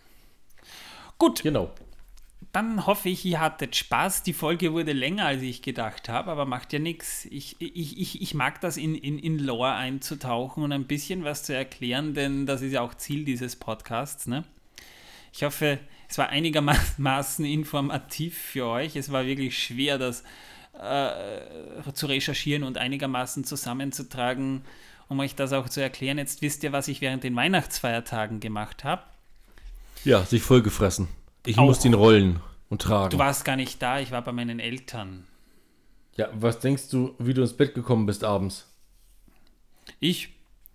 Gut, Genau. dann hoffe ich, ihr hattet Spaß. Die Folge wurde länger, als ich gedacht habe, aber macht ja nichts. Ich, ich, ich, ich mag das, in, in, in Lore einzutauchen und ein bisschen was zu erklären, denn das ist ja auch Ziel dieses Podcasts. Ne? Ich hoffe, es war einigermaßen informativ für euch. Es war wirklich schwer, das äh, zu recherchieren und einigermaßen zusammenzutragen, um euch das auch zu erklären. Jetzt wisst ihr, was ich während den Weihnachtsfeiertagen gemacht habe. Ja, sich vollgefressen. Ich Auch. musste ihn rollen und tragen. Du warst gar nicht da, ich war bei meinen Eltern. Ja, was denkst du, wie du ins Bett gekommen bist abends? Ich?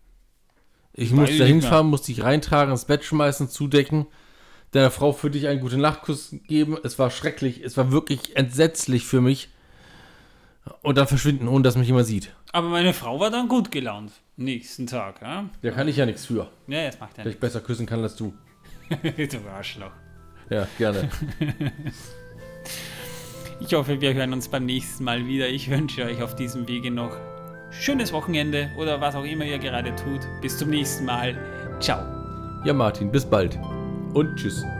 Ich Weiß musste ich da nicht hinfahren, musste dich reintragen, ins Bett schmeißen, zudecken, deiner Frau für dich einen guten Nachtkuss geben. Es war schrecklich, es war wirklich entsetzlich für mich. Und dann verschwinden, ohne dass mich jemand sieht. Aber meine Frau war dann gut gelaunt. Nächsten Tag, ja? Da kann ich ja nichts für. Ja, das macht ja Dass ich besser küssen kann als du. nichts. Du Arschloch. Ja, gerne. Ich hoffe, wir hören uns beim nächsten Mal wieder. Ich wünsche euch auf diesem Wege noch schönes Wochenende oder was auch immer ihr gerade tut. Bis zum nächsten Mal. Ciao. Ja, Martin, bis bald. Und tschüss.